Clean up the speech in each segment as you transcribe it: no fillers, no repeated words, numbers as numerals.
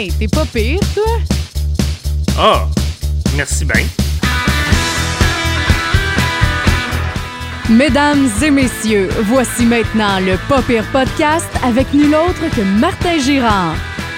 Hey, t'es pas pire, toi? Ah, merci bien. Mesdames et messieurs, voici maintenant le Pas Pire Podcast avec nul autre que Martin Girard.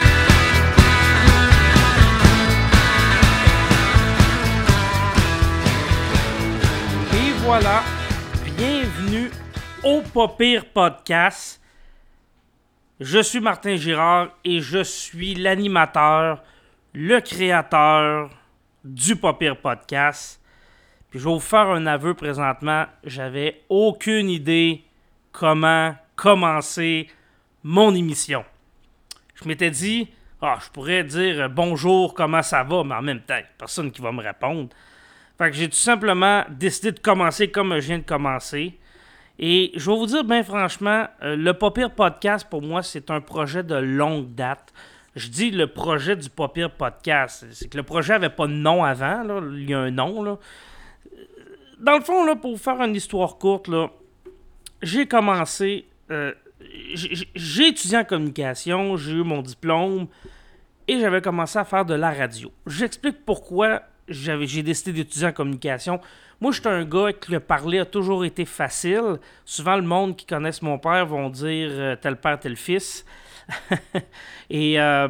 Et voilà, bienvenue au Pas Pire Podcast. Je suis Martin Girard et je suis l'animateur, le créateur du Pas Pire Podcast. Puis je vais vous faire un aveu présentement, j'avais aucune idée comment commencer mon émission. Je m'étais dit, je pourrais dire bonjour, comment ça va, mais en même temps, personne qui va me répondre. Fait que j'ai tout simplement décidé de commencer comme je viens de commencer. Et je vais vous dire bien franchement, le Pas Pire Podcast, pour moi, c'est un projet de longue date. Je dis le projet du Pas Pire Podcast. C'est que le projet n'avait pas de nom avant. Là. Il y a un nom. Là. Dans le fond, là, pour vous faire une histoire courte, là, j'ai commencé... j'ai étudié en communication, j'ai eu mon diplôme et j'avais commencé à faire de la radio. J'explique pourquoi j'ai décidé d'étudier en communication. Moi, j'étais un gars que le parler a toujours été facile. Souvent, le monde qui connaisse mon père vont dire tel père, tel fils. Et à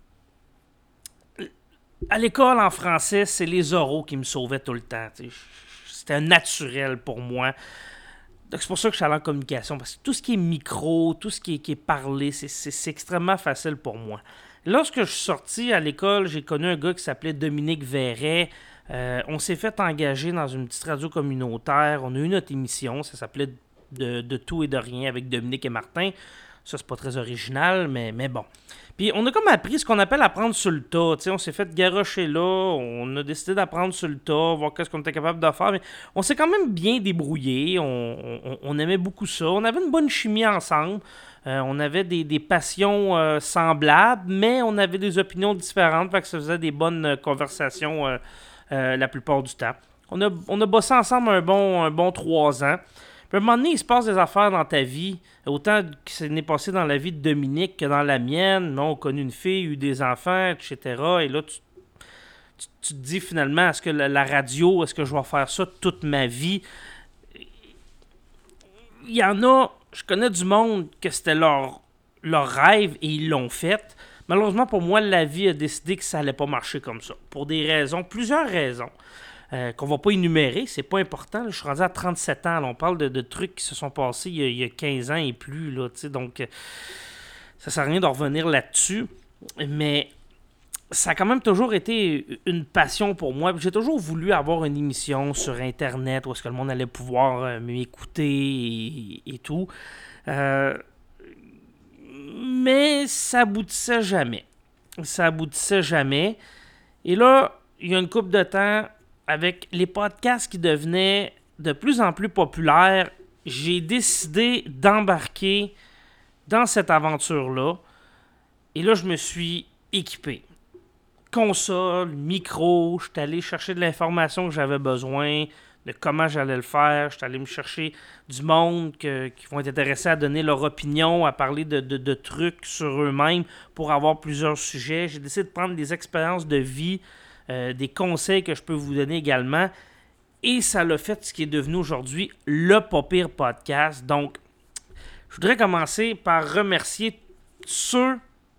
l'école, en français, c'est les oraux qui me sauvaient tout le temps. C'était naturel pour moi. Donc, c'est pour ça que je suis allé en communication. Parce que tout ce qui est micro, tout ce qui est parlé, c'est extrêmement facile pour moi. Lorsque je suis sorti à l'école, j'ai connu un gars qui s'appelait Dominique Verret. On s'est fait engager dans une petite radio communautaire. On a eu notre émission. Ça s'appelait de tout et de rien avec Dominique et Martin. Ça, c'est pas très original, mais bon. Puis on a comme appris ce qu'on appelle apprendre sur le tas. T'sais, on s'est fait garrocher là. On a décidé d'apprendre sur le tas, voir qu'est-ce qu'on était capable de faire. Mais on s'est quand même bien débrouillé. On aimait beaucoup ça. On avait une bonne chimie ensemble. On avait des passions semblables, mais on avait des opinions différentes. Fait que ça faisait des bonnes conversations la plupart du temps. On a bossé ensemble un bon 3 ans. Puis à un moment donné, il se passe des affaires dans ta vie. Autant que ça n'est passé dans la vie de Dominique que dans la mienne. On a connu une fille, eu des enfants, etc. Et là, tu te dis finalement, est-ce que la radio, est-ce que je vais faire ça toute ma vie? Il y en a, je connais du monde que c'était leur rêve et ils l'ont fait. Malheureusement, pour moi, la vie a décidé que ça allait pas marcher comme ça. Pour des raisons, plusieurs raisons. Qu'on va pas énumérer, c'est pas important. Là, je suis rendu à 37 ans. Là, on parle de trucs qui se sont passés il y a 15 ans et plus. Là, donc, ça sert à rien de revenir là-dessus. Mais ça a quand même toujours été une passion pour moi. J'ai toujours voulu avoir une émission sur Internet où est-ce que le monde allait pouvoir m'écouter et tout. Mais ça aboutissait jamais. Et là, il y a une couple de temps... Avec les podcasts qui devenaient de plus en plus populaires, j'ai décidé d'embarquer dans cette aventure-là. Et là, je me suis équipé. Console, micro, je suis allé chercher de l'information que j'avais besoin, de comment j'allais le faire. Je suis allé me chercher du monde qui vont être intéressés à donner leur opinion, à parler de trucs sur eux-mêmes pour avoir plusieurs sujets. J'ai décidé de prendre des expériences de vie, des conseils que je peux vous donner également. Et ça l'a fait ce qui est devenu aujourd'hui le Pas Pire Podcast. Donc, je voudrais commencer par remercier ceux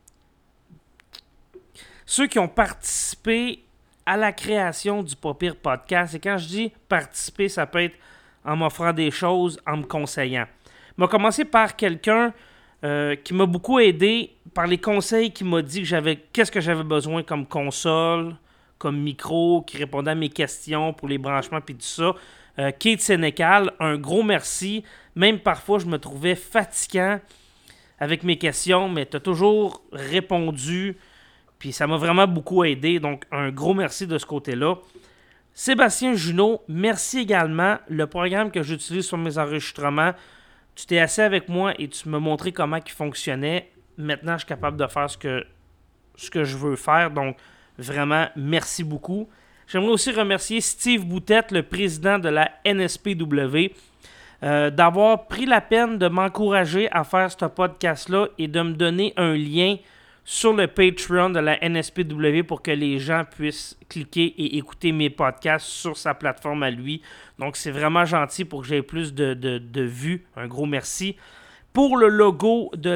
qui ont participé à la création du Pas Pire Podcast. Et quand je dis participer, ça peut être en m'offrant des choses, en me conseillant. Je vais commencer par quelqu'un qui m'a beaucoup aidé par les conseils qu'il m'a dit qu'est-ce que j'avais besoin comme console, comme micro, qui répondait à mes questions pour les branchements puis tout ça. Kate Sénécal, un gros merci. Même parfois, je me trouvais fatigant avec mes questions, mais tu as toujours répondu. Puis ça m'a vraiment beaucoup aidé. Donc, un gros merci de ce côté-là. Sébastien Junot, merci également. Le programme que j'utilise sur mes enregistrements, tu t'es assis avec moi et tu m'as montré comment il fonctionnait. Maintenant, je suis capable de faire ce que je veux faire. Donc, vraiment, merci beaucoup. J'aimerais aussi remercier Steve Boutette, le président de la NSPW, d'avoir pris la peine de m'encourager à faire ce podcast-là et de me donner un lien sur le Patreon de la NSPW pour que les gens puissent cliquer et écouter mes podcasts sur sa plateforme à lui. Donc, c'est vraiment gentil pour que j'aie plus de vues. Un gros merci. Pour le logo de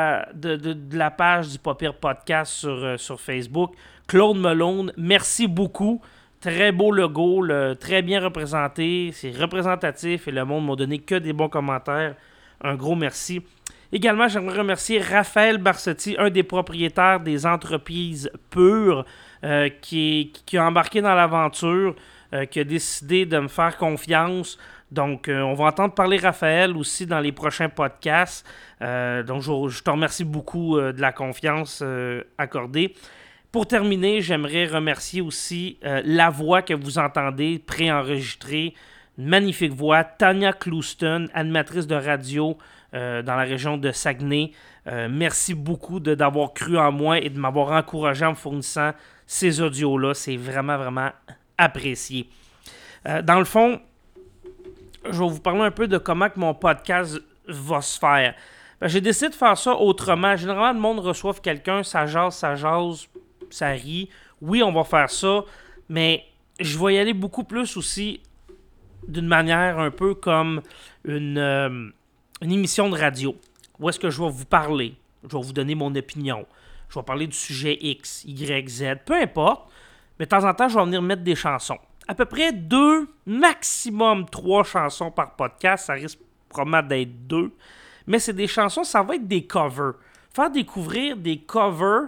la page du Pas Pire Podcast sur Facebook, Claude Malone, merci beaucoup. Très beau logo, très bien représenté, c'est représentatif et le monde m'a donné que des bons commentaires. Un gros merci. Également, j'aimerais remercier Raphaël Barsotti, un des propriétaires des entreprises Pures, qui a embarqué dans l'aventure, qui a décidé de me faire confiance. Donc, on va entendre parler Raphaël aussi dans les prochains podcasts. Donc, je te remercie beaucoup de la confiance accordée. Pour terminer, j'aimerais remercier aussi la voix que vous entendez préenregistrée. Une magnifique voix, Tania Clouston, animatrice de radio dans la région de Saguenay. Merci beaucoup d'avoir cru en moi et de m'avoir encouragé en me fournissant ces audios-là. C'est vraiment, vraiment apprécié. Dans le fond, je vais vous parler un peu de comment que mon podcast va se faire. J'ai décidé de faire ça autrement. Généralement, le monde reçoit quelqu'un, ça jase, ça rit. Oui, on va faire ça, mais je vais y aller beaucoup plus aussi d'une manière un peu comme une émission de radio. Où est-ce que je vais vous parler? Je vais vous donner mon opinion. Je vais parler du sujet X, Y, Z, peu importe. Mais de temps en temps, je vais venir mettre des chansons. À peu près 2, maximum 3 chansons par podcast. Ça risque probablement d'être 2. Mais c'est des chansons, ça va être des covers. Faire découvrir des covers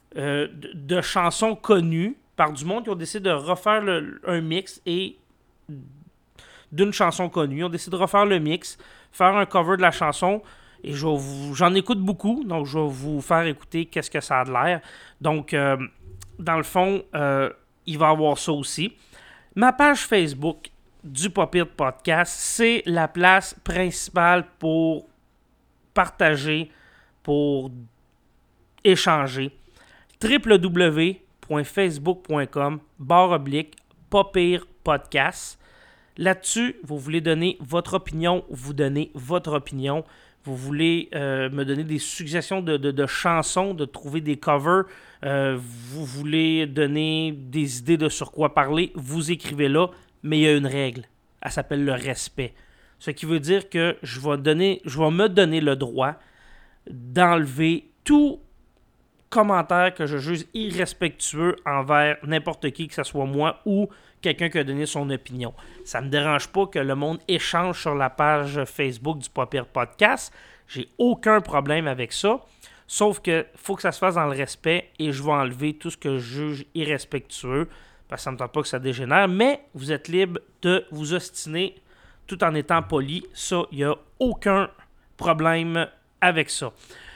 de chansons connues par du monde qui ont décidé de refaire un mix et d'une chanson connue. Ils ont décidé de refaire le mix, faire un cover de la chanson. Et j'en écoute beaucoup, donc je vais vous faire écouter qu'est-ce que ça a de l'air. Donc, dans le fond, il va y avoir ça aussi. Ma page Facebook du Pas Pire Podcast, c'est la place principale pour partager, pour échanger. www.facebook.com/Pas Pire Podcast. Là-dessus, vous voulez donner votre opinion, vous donnez votre opinion. Vous voulez me donner des suggestions de chansons, de trouver des covers. Vous voulez donner des idées de sur quoi parler. Vous écrivez là, mais il y a une règle. Elle s'appelle le respect. Ce qui veut dire que je vais me donner le droit d'enlever tout commentaire que je juge irrespectueux envers n'importe qui, que ce soit moi ou quelqu'un qui a donné son opinion. Ça ne me dérange pas que le monde échange sur la page Facebook du Pas Pire Podcast. J'ai aucun problème avec ça. Sauf que faut que ça se fasse dans le respect et je vais enlever tout ce que je juge irrespectueux parce que ça ne me tente pas que ça dégénère. Mais vous êtes libre de vous ostiner tout en étant poli. Ça, il n'y a aucun problème avec ça.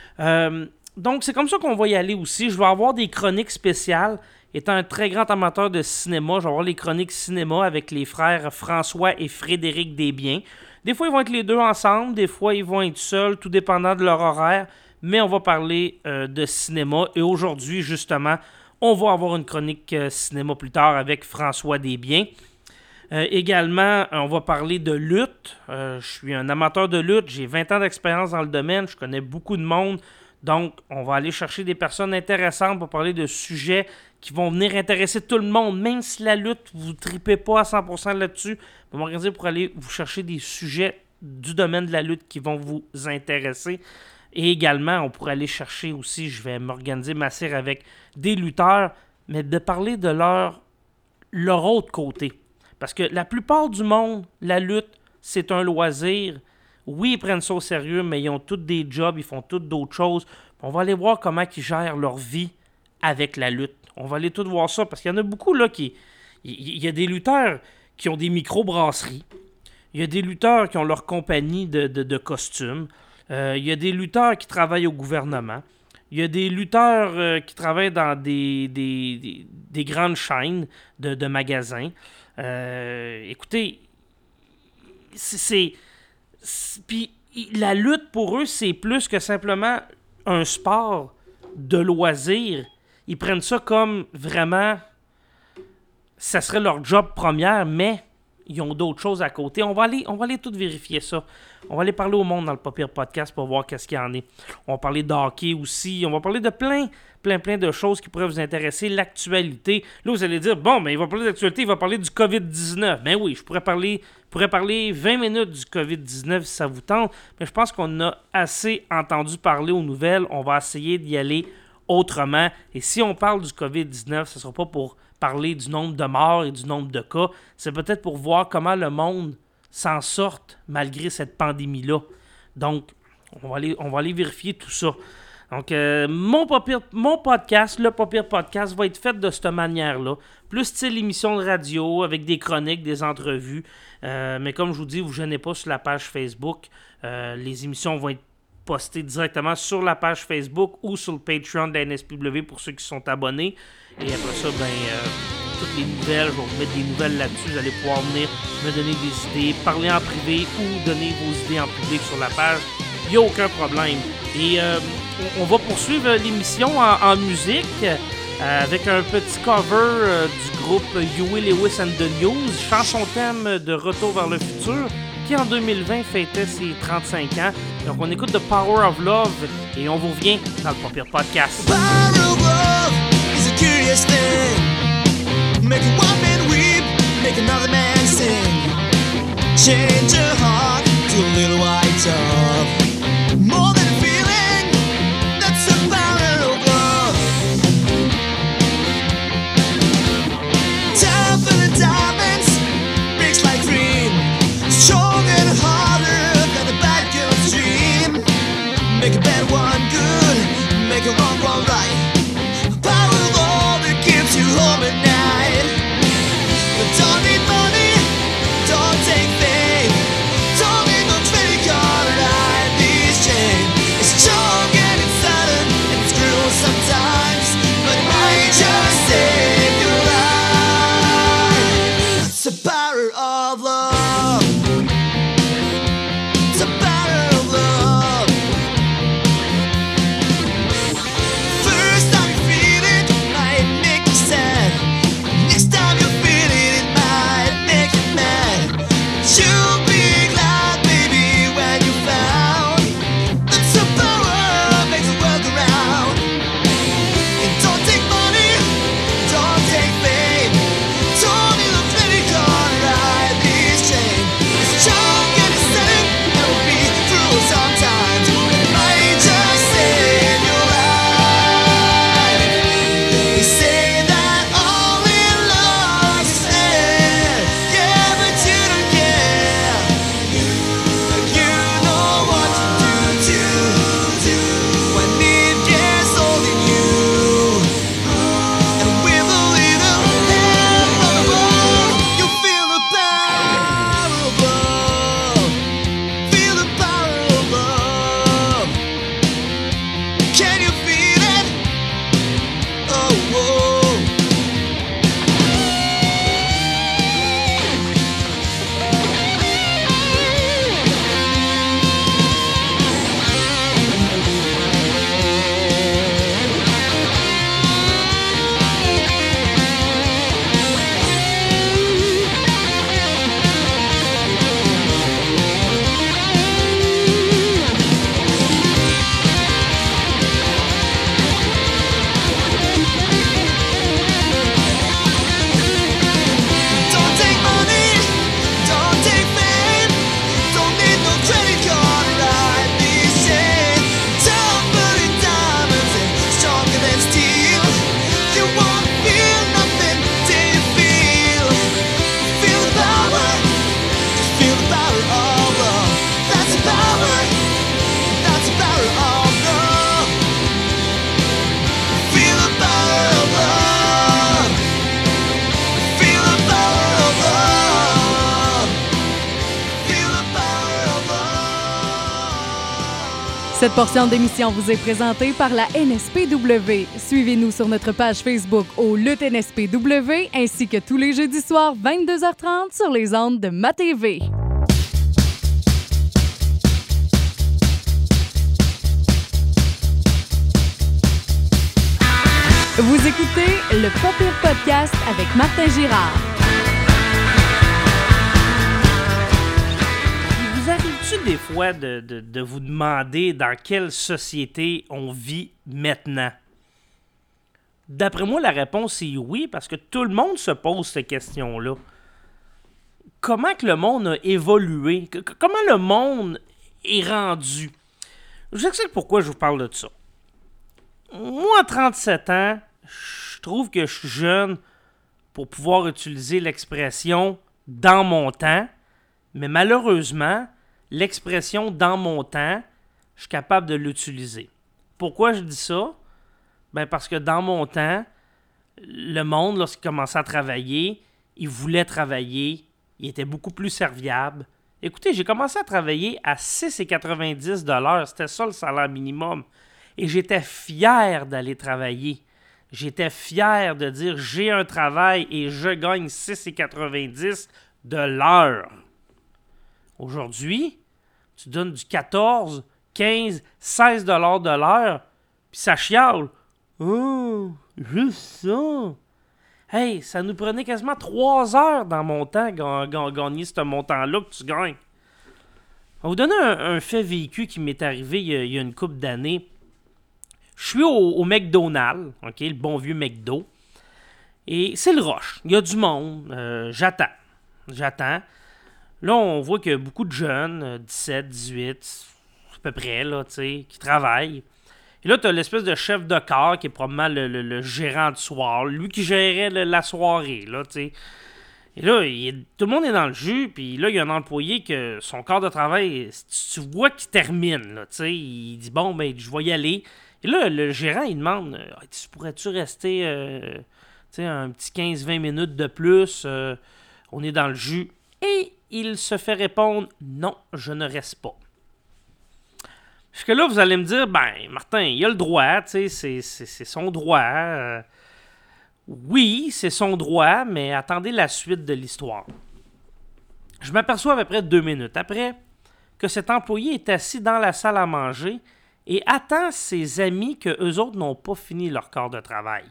Donc, c'est comme ça qu'on va y aller aussi. Je vais avoir des chroniques spéciales. Étant un très grand amateur de cinéma, je vais avoir les chroniques cinéma avec les frères François et Frédéric Desbiens. Des fois, ils vont être les deux ensemble. Des fois, ils vont être seuls, tout dépendant de leur horaire. Mais on va parler de cinéma. Et aujourd'hui, justement, on va avoir une chronique cinéma plus tard avec François Desbiens. Également, on va parler de lutte. Je suis un amateur de lutte. J'ai 20 ans d'expérience dans le domaine. Je connais beaucoup de monde. Donc, on va aller chercher des personnes intéressantes pour parler de sujets qui vont venir intéresser tout le monde. Même si la lutte, vous ne tripez pas à 100% là-dessus, on va m'organiser pour aller vous chercher des sujets du domaine de la lutte qui vont vous intéresser. Et également, on pourrait aller chercher aussi, je vais m'organiser m'asseoir avec des lutteurs, mais de parler de leur autre côté. Parce que la plupart du monde, la lutte, c'est un loisir. Oui, ils prennent ça au sérieux, mais ils ont tous des jobs, ils font toutes d'autres choses. On va aller voir comment ils gèrent leur vie avec la lutte. On va aller tout voir ça, parce qu'il y en a beaucoup là qui... Il y a des lutteurs qui ont des micro-brasseries. Il y a des lutteurs qui ont leur compagnie de costumes. Il y a des lutteurs qui travaillent au gouvernement. Il y a des lutteurs qui travaillent dans des grandes chaînes de magasins. Écoutez, puis la lutte pour eux, c'est plus que simplement un sport de loisir. Ils prennent ça comme vraiment... Ça serait leur job première, mais ils ont d'autres choses à côté. On va aller tout vérifier ça. On va aller parler au monde dans le Pas Pire Podcast pour voir qu'est-ce qu'il y en est. On va parler de hockey aussi. On va parler de plein de choses qui pourraient vous intéresser. L'actualité. Là, vous allez dire, bon, mais il va parler d'actualité, il va parler du COVID-19. Ben oui, je pourrais parler 20 minutes du COVID-19 si ça vous tente. Mais je pense qu'on a assez entendu parler aux nouvelles. On va essayer d'y aller autrement. Et si on parle du COVID-19, ce ne sera pas pour parler du nombre de morts et du nombre de cas. C'est peut-être pour voir comment le monde s'en sort malgré cette pandémie-là. Donc, on va aller vérifier tout ça. Donc, mon podcast, le Pas Pire Podcast, va être fait de cette manière-là. Plus style émission de radio, avec des chroniques, des entrevues. Mais comme je vous dis, vous ne gênez pas sur la page Facebook. Les émissions vont être postées directement sur la page Facebook ou sur le Patreon de la NSPW pour ceux qui sont abonnés. Et après ça, toutes les nouvelles, je vais vous mettre des nouvelles là-dessus. Vous allez pouvoir venir me donner des idées, parler en privé ou donner vos idées en public sur la page. Il n'y a aucun problème. Et on va poursuivre l'émission en musique avec un petit cover du groupe Huey Lewis and the News, chanson thème de Retour vers le futur, qui en 2020 fêtait ses 35 ans. Donc on écoute The Power of Love et on vous revient dans le Pas Pire Podcast. Power of love is a curious thing. Make one man weep, make another man sing. Change your heart to a little white dove. More than a feeling, that's the power of love. Time for the diamonds, breaks like green. Strong and harder than a bad girl's dream. Make a bad one good, make a wrong one right. Power of love that gives you home at night. But don't need money, don't take fame. Don't need no trading card to ride this chain. It's strong and it's sudden and it's cruel sometimes, but it might just save your life. It's the power of love. It's the power of love. First time you feel it, it might make you sad. Next time you feel it, it might make you mad. But you'll be glad, baby, when you found that the power makes the world go round. And don't take money, don't take fame. Don't need a credit card to ride this chain. It's strong and it's setting, and will be through sometimes. But it might just save your life. They say that all in love is fair. Yeah, but you don't care. You know what to do when it gets old in you. And with a little help from above, you feel the power of love. Feel the power of love. Can you feel it? Oh, whoa. Don't take money, don't take fame. Don't need no credit card to ride this chain. Tougher than diamonds and stronger than steel. You won't feel nothing till you feel the power. Just feel the power of love. That's the power. That's the power of love. Feel the power of love. Feel the power of love. Feel the power of love. Cette portion d'émission vous est présentée par la NSPW. Suivez-nous sur notre page Facebook au Lutte NSPW ainsi que tous les jeudis soirs 22h30 sur les ondes de MaTV. Vous écoutez le Pas Pire Podcast avec Martin Girard. dessus des fois de vous demander dans quelle société on vit maintenant? D'après moi, la réponse est oui, parce que tout le monde se pose cette question-là. Comment que le monde a évolué? Comment le monde est rendu? Je vous explique pourquoi je vous parle de ça. Moi, à 37 ans, je trouve que je suis jeune pour pouvoir utiliser l'expression « dans mon temps », mais malheureusement, l'expression « dans mon temps », je suis capable de l'utiliser. Pourquoi je dis ça? Ben parce que dans mon temps, le monde, lorsqu'il commençait à travailler, il voulait travailler, il était beaucoup plus serviable. Écoutez, j'ai commencé à travailler à 6,90 $, c'était ça le salaire minimum. Et j'étais fier d'aller travailler. J'étais fier de dire j'ai un travail et je gagne 6,90 de l'heure. Aujourd'hui, tu donnes du 14, 15, 16 $ de l'heure, puis ça chiale. Oh, juste ça. Hey, ça nous prenait quasiment 3 heures dans mon temps gagner ce montant-là que tu gagnes. On va vous donner un fait vécu qui m'est arrivé il y a une couple d'années. Je suis au McDonald's, ok, le bon vieux McDo. Et c'est le rush. Il y a du monde. J'attends. Là, on voit qu'il y a beaucoup de jeunes, 17, 18, à peu près, là, tu sais, qui travaillent. Et là, tu as l'espèce de chef de corps qui est probablement le gérant du soir. Lui qui gérait la soirée, là, tu sais. Et là, tout le monde est dans le jus, puis là, il y a un employé que son corps de travail, tu vois qu'il termine, là, tu sais. Il dit, bon, ben, je vais y aller. Et là, le gérant, il demande, pourrais-tu rester, un petit 15-20 minutes de plus? On est dans le jus. Et il se fait répondre, non, je ne reste pas. Jusque là, vous allez me dire, ben, Martin, il a le droit, tu sais, c'est son droit. Oui, c'est son droit, mais attendez la suite de l'histoire. Je m'aperçois à peu près 2 minutes après que cet employé est assis dans la salle à manger et attend ses amis que eux autres n'ont pas fini leur quart de travail.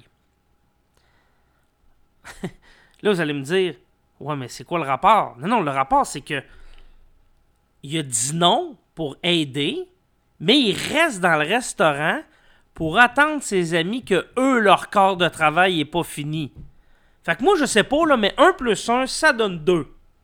Là, vous allez me dire, ouais, mais c'est quoi le rapport? Non, le rapport, c'est que il a dit non pour aider, mais il reste dans le restaurant pour attendre ses amis que eux, leur quart de travail n'est pas fini. Fait que moi, je sais pas, là, mais 1 + 1, ça donne 2.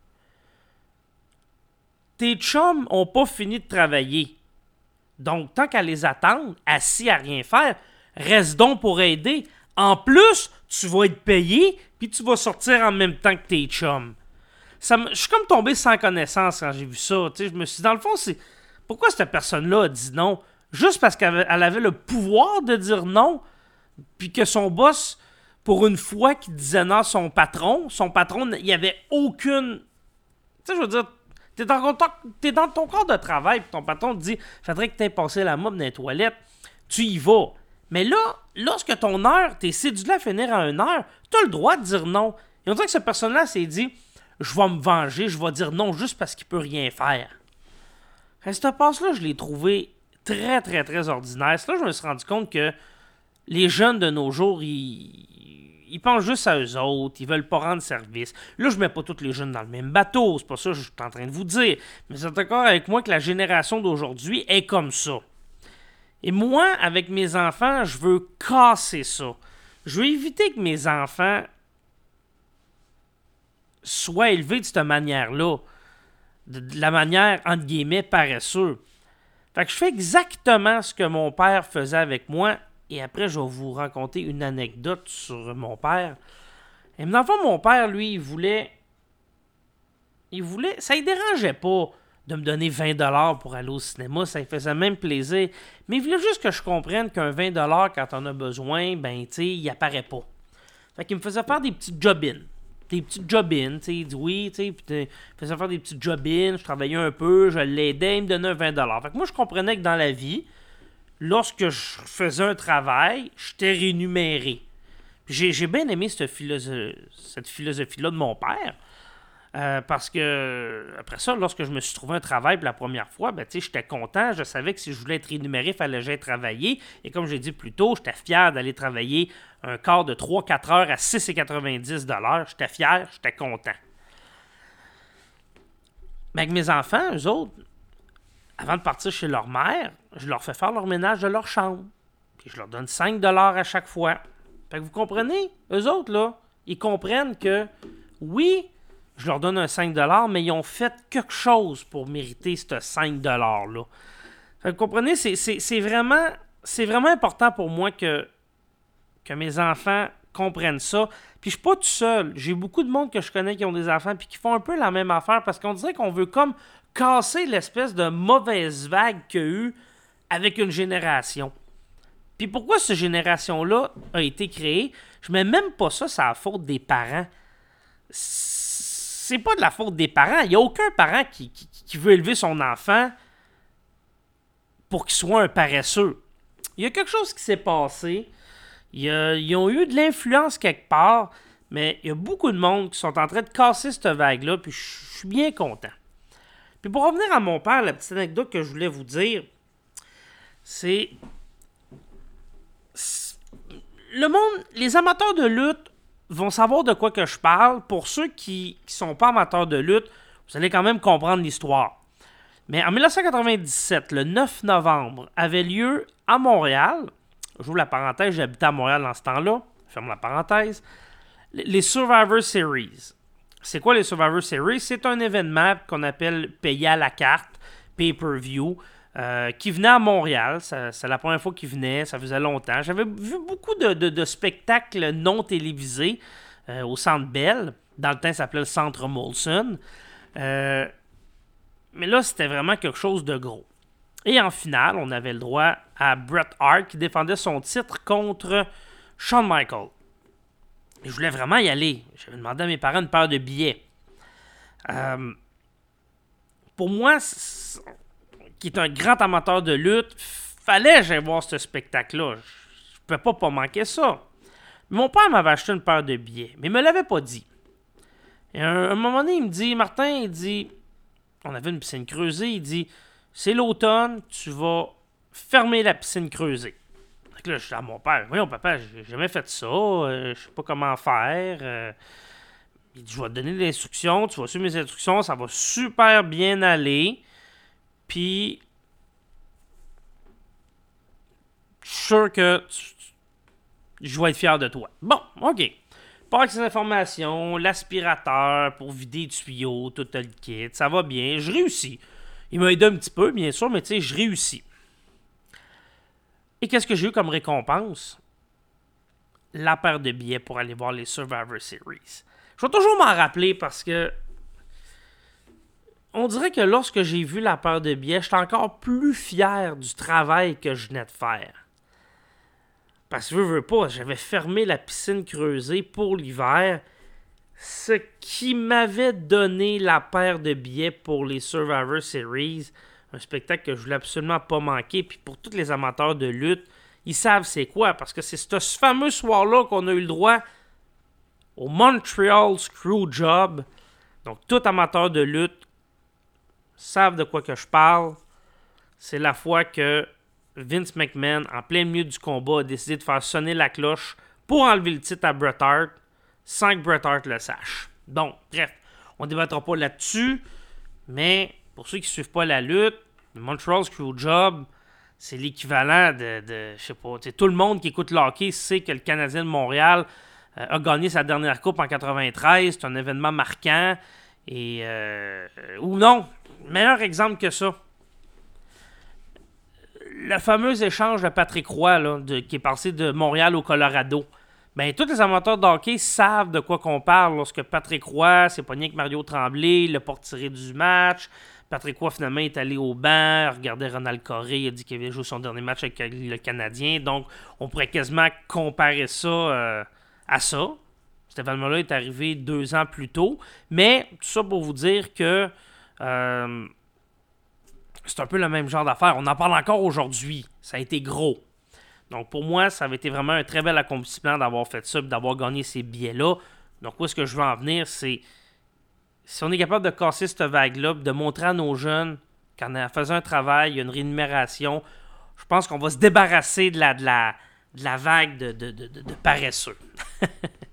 Tes chums ont pas fini de travailler. Donc, tant qu'à les attendre, assis à rien faire, reste donc pour aider. En plus, tu vas être payé, puis tu vas sortir en même temps que tes chums. Je suis comme tombé sans connaissance quand j'ai vu ça. Je me suis dit, dans le fond, c'est... Pourquoi cette personne-là a dit non? Juste parce qu'elle avait le pouvoir de dire non, puis que son boss, pour une fois, qui disait non à son patron, il n'y avait aucune... Tu sais, je veux dire, t'es dans ton corps de travail, puis ton patron te dit « Faudrait que t'aies passé la mop dans les toilettes. » Tu y vas. Mais là, lorsque ton heure, t'es cédulé à finir à 1 heure, t'as le droit de dire non. Et on dirait que cette personne-là s'est dit « Je vais me venger, je vais dire non juste parce qu'il peut rien faire. » Cette passe-là, je l'ai trouvé très, très, très ordinaire. C'est là que je me suis rendu compte que les jeunes de nos jours, ils pensent juste à eux autres, ils veulent pas rendre service. Là, je mets pas tous les jeunes dans le même bateau, c'est pas ça que je suis en train de vous dire. Mais vous êtes d'accord avec moi que la génération d'aujourd'hui est comme ça. Et moi, avec mes enfants, je veux casser ça. Je veux éviter que mes enfants soient élevés de cette manière-là. De la manière, entre guillemets, paresseuse. Fait que je fais exactement ce que mon père faisait avec moi. Et après, je vais vous raconter une anecdote sur mon père. Et dans le fond, mon père, lui, il voulait... Ça ne dérangeait pas de me donner 20 $ pour aller au cinéma. Ça lui faisait même plaisir. Mais il voulait juste que je comprenne qu'un 20 $, quand on a besoin, ben, tu sais, il apparaît pas. Fait qu'il me faisait faire des petits job-ins. Des petites job-ins, tu sais, il dit oui, tu sais, puis il faisait faire des petites job-ins, je travaillais un peu, je l'aidais, il me donnait un 20 $. Fait que moi, je comprenais que dans la vie, lorsque je faisais un travail, j'étais rémunéré. Puis j'ai bien aimé cette philosophie-là de mon père, parce que, après ça, lorsque je me suis trouvé un travail pour la première fois, ben, tu sais, j'étais content, je savais que si je voulais être rémunéré, il fallait que j'aille travailler, et comme j'ai dit plus tôt, j'étais fier d'aller travailler un quart de 3-4 heures à 6,90 $. J'étais fier, j'étais content. Mais avec mes enfants, eux autres, avant de partir chez leur mère, je leur fais faire leur ménage de leur chambre. Puis je leur donne 5 $ à chaque fois. Fait que vous comprenez, eux autres, là, ils comprennent que, oui, je leur donne un 5 $, mais ils ont fait quelque chose pour mériter ce 5 $-là. Fait que vous comprenez, c'est vraiment important pour moi que mes enfants comprennent ça. Puis je suis pas tout seul. J'ai beaucoup de monde que je connais qui ont des enfants puis qui font un peu la même affaire parce qu'on dirait qu'on veut comme casser l'espèce de mauvaise vague qu'il y a eu avec une génération. Puis pourquoi cette génération-là a été créée? Je mets même pas ça sur la faute des parents. C'est pas de la faute des parents. Il n'y a aucun parent qui veut élever son enfant pour qu'il soit un paresseux. Il y a quelque chose qui s'est passé. Ils ont eu de l'influence quelque part, mais il y a beaucoup de monde qui sont en train de casser cette vague-là, puis je suis bien content. Puis pour revenir à mon père, la petite anecdote que je voulais vous dire, c'est... Le monde, les amateurs de lutte vont savoir de quoi que je parle. Pour ceux qui sont pas amateurs de lutte, vous allez quand même comprendre l'histoire. Mais en 1997, le 9 novembre, avait lieu à Montréal, j'ouvre la parenthèse, j'habitais à Montréal dans ce temps-là, je ferme la parenthèse, les Survivor Series. C'est quoi les Survivor Series? C'est un événement qu'on appelle payé à la carte, pay-per-view, qui venait à Montréal. C'est la première fois qu'il venait, ça faisait longtemps. J'avais vu beaucoup de spectacles non télévisés au Centre Bell. Dans le temps, ça s'appelait le Centre Molson. Mais là, c'était vraiment quelque chose de gros. Et en finale, on avait le droit à Bret Hart qui défendait son titre contre Shawn Michaels. Et je voulais vraiment y aller. J'avais demandé à mes parents une paire de billets. Pour moi, qui est un grand amateur de lutte, fallait que j'aille voir ce spectacle-là. Je ne pouvais pas manquer ça. Mais mon père m'avait acheté une paire de billets, mais il ne me l'avait pas dit. Et à un moment donné, il me dit, Martin, il dit, on avait une piscine creusée, il dit, c'est l'automne, tu vas fermer la piscine creusée. Donc là, je dis à mon père, voyons papa, j'ai jamais fait ça, je sais pas comment faire. Il dit, je vais te donner des instructions, tu vas suivre mes instructions, ça va super bien aller. Puis, je suis sûr que je vais être fier de toi. Bon, OK. Pas avec ces informations, l'aspirateur pour vider les tuyaux, tout le kit, ça va bien, je réussis. Il m'a aidé un petit peu, bien sûr, mais tu sais, je réussis. Et qu'est-ce que j'ai eu comme récompense? La paire de billets pour aller voir les Survivor Series. Je vais toujours m'en rappeler parce que on dirait que lorsque j'ai vu la paire de billets, j'étais encore plus fier du travail que je venais de faire. Parce que je veux pas, j'avais fermé la piscine creusée pour l'hiver, ce qui m'avait donné la paire de billets pour les Survivor Series, un spectacle que je voulais absolument pas manquer. Puis pour tous les amateurs de lutte, ils savent c'est quoi, parce que c'est ce fameux soir-là qu'on a eu le droit au Montreal Screwjob. Donc tout amateur de lutte savent de quoi que je parle. C'est la fois que Vince McMahon, en plein milieu du combat, a décidé de faire sonner la cloche pour enlever le titre à Bret Hart sans que Bret Hart le sache. Donc, bref, on ne débattra pas là-dessus, mais pour ceux qui ne suivent pas la lutte, le Montreal Screwjob, c'est l'équivalent de je sais pas, tout le monde qui écoute le hockey sait que le Canadien de Montréal a gagné sa dernière coupe en 93. C'est un événement marquant. Et ou non, meilleur exemple que ça. Le fameux échange de Patrick Roy là, qui est passé de Montréal au Colorado. Ben, tous les amateurs de hockey savent de quoi qu'on parle lorsque Patrick Roy s'est pogné avec Mario Tremblay, l'a pas retiré du match. Patrick Roy, finalement, est allé au banc, regardait Ronald Coré, il a dit qu'il avait joué son dernier match avec le Canadien. Donc, on pourrait quasiment comparer ça à ça. Cet événement-là est arrivé 2 ans plus tôt. Mais, tout ça pour vous dire que c'est un peu le même genre d'affaire. On en parle encore aujourd'hui. Ça a été gros. Donc, pour moi, ça avait été vraiment un très bel accomplissement d'avoir fait ça et d'avoir gagné ces billets-là. Donc, où est-ce que je veux en venir, c'est si on est capable de casser cette vague-là, de montrer à nos jeunes qu'en faisant un travail, il y a une rémunération, je pense qu'on va se débarrasser de la vague de paresseux.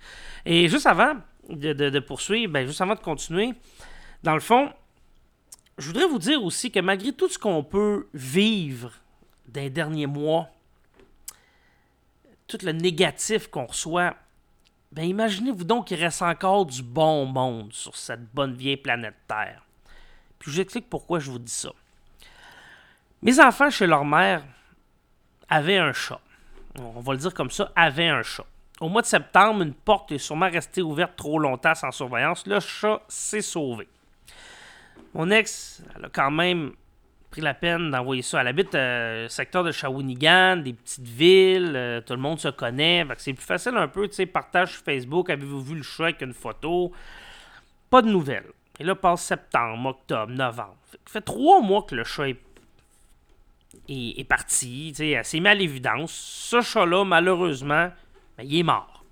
Et juste avant de poursuivre, juste avant de continuer, dans le fond, je voudrais vous dire aussi que malgré tout ce qu'on peut vivre dans les derniers mois, tout le négatif qu'on reçoit, ben imaginez-vous donc qu'il reste encore du bon monde sur cette bonne vieille planète Terre. Puis je vous explique pourquoi je vous dis ça. Mes enfants, chez leur mère, avaient un chat. On va le dire comme ça, avaient un chat. Au mois de septembre, une porte est sûrement restée ouverte trop longtemps sans surveillance. Le chat s'est sauvé. Mon ex, elle a quand même pris la peine d'envoyer ça. Elle habite secteur de Shawinigan, des petites villes, tout le monde se connaît. Fait que c'est plus facile un peu, tu sais, partage sur Facebook, avez-vous vu le chat avec une photo? Pas de nouvelles. Et là, passe septembre, octobre, novembre. Ça fait 3 mois que le chat est parti, tu sais, elle s'est mis à l'évidence. Ce chat-là, malheureusement, ben, il est mort.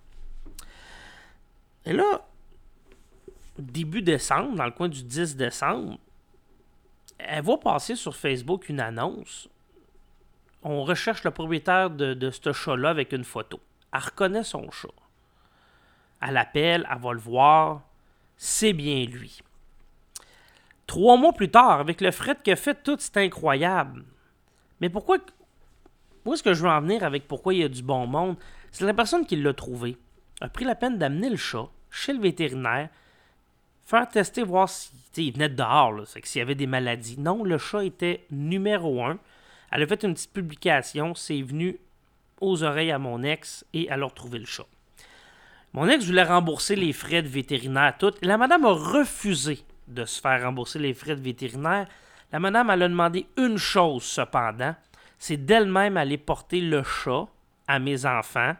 Et là, début décembre, dans le coin du 10 décembre, elle va passer sur Facebook une annonce. On recherche le propriétaire de ce chat-là avec une photo. Elle reconnaît son chat. Elle l'appelle, elle va le voir. C'est bien lui. 3 mois plus tard, avec le fret qu'il a fait, tout, c'est incroyable. Mais pourquoi... Où est-ce que je veux en venir avec pourquoi il y a du bon monde? C'est la personne qui l'a trouvé. A pris la peine d'amener le chat chez le vétérinaire, faire tester, voir s'il venait de dehors, là, c'est que s'il y avait des maladies. Non, le chat était numéro 1. Elle a fait une petite publication, c'est venu aux oreilles à mon ex et elle a retrouvé le chat. Mon ex voulait rembourser les frais de vétérinaire, tout. La madame a refusé de se faire rembourser les frais de vétérinaire. La madame, elle a demandé une chose cependant, c'est d'elle-même aller porter le chat à mes enfants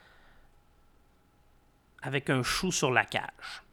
avec un chou sur la cage.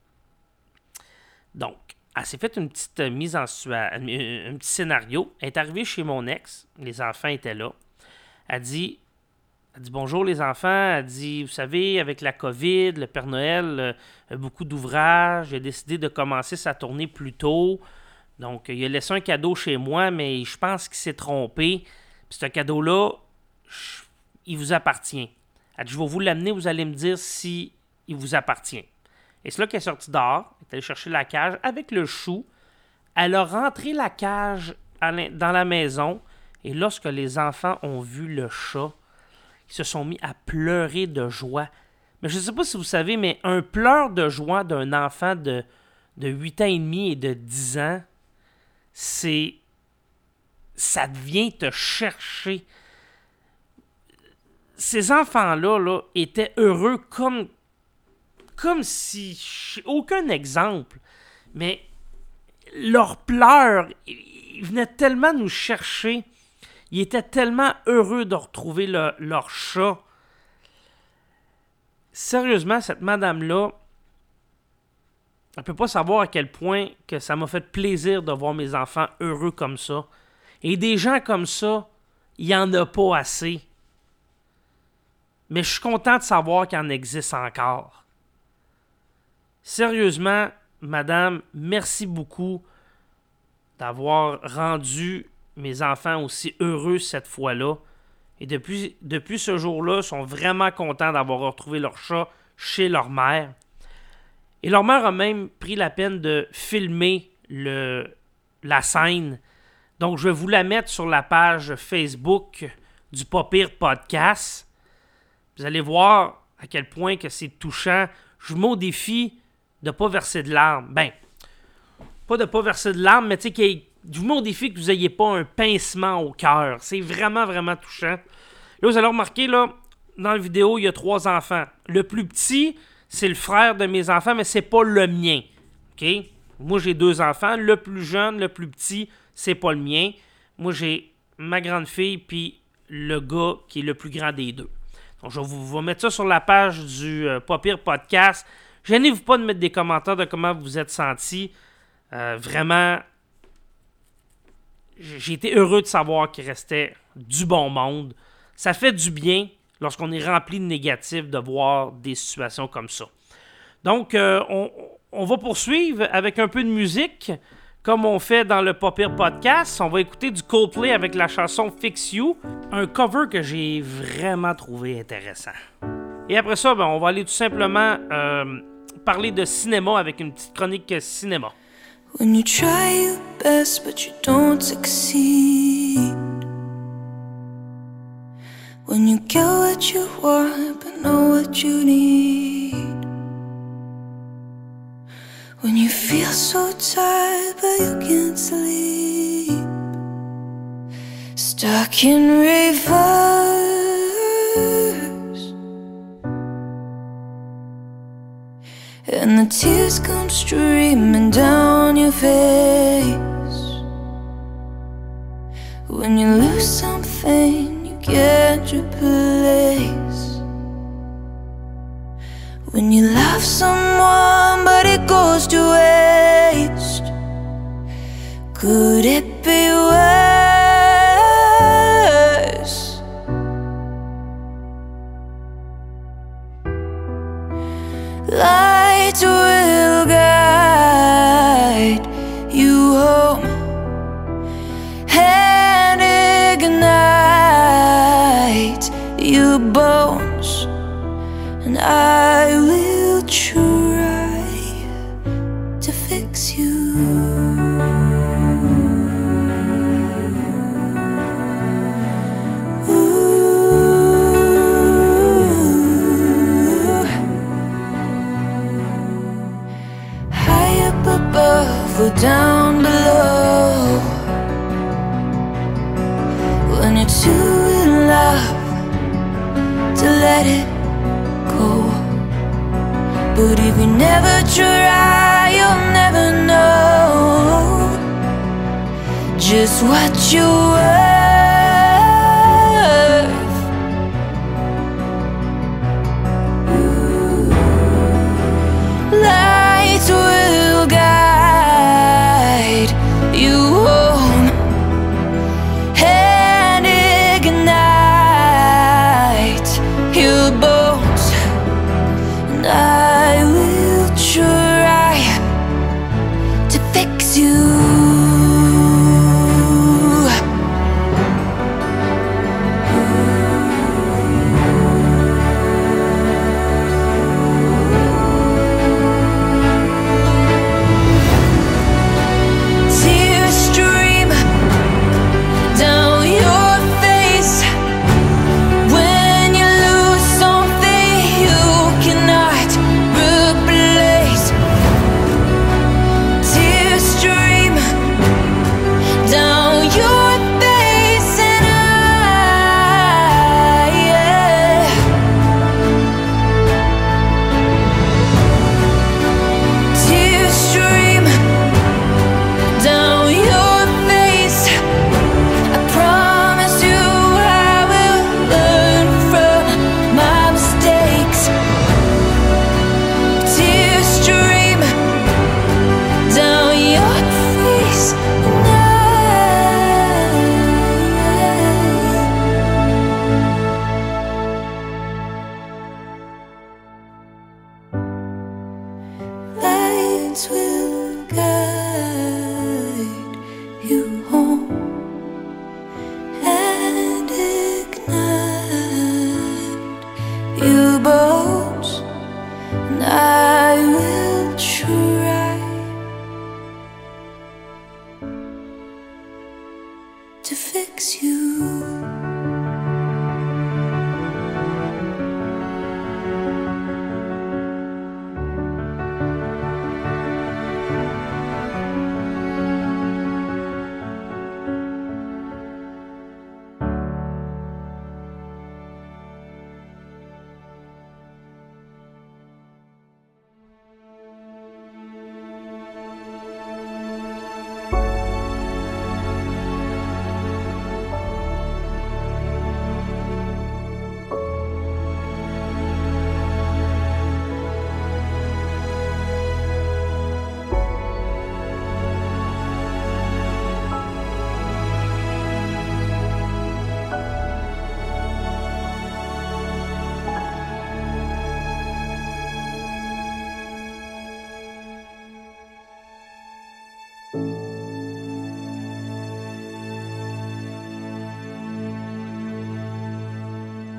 Donc, elle s'est fait une petite mise en situation, un petit scénario. Elle est arrivée chez mon ex, les enfants étaient là. Elle dit bonjour les enfants, elle dit, vous savez, avec la COVID, le Père Noël a beaucoup d'ouvrages, il a décidé de commencer sa tournée plus tôt. Donc, il a laissé un cadeau chez moi, mais je pense qu'il s'est trompé. Puis ce cadeau-là, il vous appartient. Elle dit, je vais vous l'amener, vous allez me dire si il vous appartient. Et c'est là qu'elle est sortie dehors, elle est allée chercher la cage avec le chou. Elle a rentré la cage dans la maison. Et lorsque les enfants ont vu le chat, ils se sont mis à pleurer de joie. Mais je ne sais pas si vous savez, mais un pleur de joie d'un enfant de 8 ans et demi et de 10 ans, ça vient te chercher. Ces enfants-là là, étaient heureux comme si... Aucun exemple, mais leurs pleurs, ils venaient tellement nous chercher. Ils étaient tellement heureux de retrouver leur chat. Sérieusement, cette madame-là, elle ne peut pas savoir à quel point que ça m'a fait plaisir de voir mes enfants heureux comme ça. Et des gens comme ça, il n'y en a pas assez. Mais je suis content de savoir qu'il en existe encore. Sérieusement, madame, merci beaucoup d'avoir rendu mes enfants aussi heureux cette fois-là. Et depuis ce jour-là, ils sont vraiment contents d'avoir retrouvé leur chat chez leur mère. Et leur mère a même pris la peine de filmer la scène. Donc, je vais vous la mettre sur la page Facebook du Pas Pire Podcast. Vous allez voir à quel point que c'est touchant. Je vous mets au défi de ne pas verser de larmes. Ben, pas de ne pas verser de larmes, mais tu sais, je vous mets au défi que vous n'ayez pas un pincement au cœur. C'est vraiment, vraiment touchant. Là, vous allez remarquer, là, dans la vidéo, il y a 3 enfants. Le plus petit, c'est le frère de mes enfants, mais c'est pas le mien. OK? Moi, j'ai 2 enfants. Le plus jeune, le plus petit, c'est pas le mien. Moi, j'ai ma grande fille, puis le gars qui est le plus grand des 2. Donc, je vais mettre ça sur la page du Pas Pire Podcast. Gênez-vous pas de mettre des commentaires de comment vous vous êtes sentis. Vraiment, j'ai été heureux de savoir qu'il restait du bon monde. Ça fait du bien lorsqu'on est rempli de négatifs de voir des situations comme ça. Donc, on va poursuivre avec un peu de musique, comme on fait dans le Pas Pire Podcast. On va écouter du Coldplay avec la chanson Fix You, un cover que j'ai vraiment trouvé intéressant. Et après ça, on va aller tout simplement parler de cinéma avec une petite chronique cinéma. When you try your best but you don't succeed. When you get what you want but know what you need. When you feel so tired but you can't sleep. Stuck in reverse. And the tears come streaming down your face. When you lose something you can't replace. When you love someone but it goes to waste. Could it be worse? Light will guide you home and ignite your bones. And I will try to fix you. Ooh. High up above or down below. When you're too in love to let it go. But if you never try, you'll never know just what you're worth. Light will guide you home and ignite your bones. And I will try to fix you.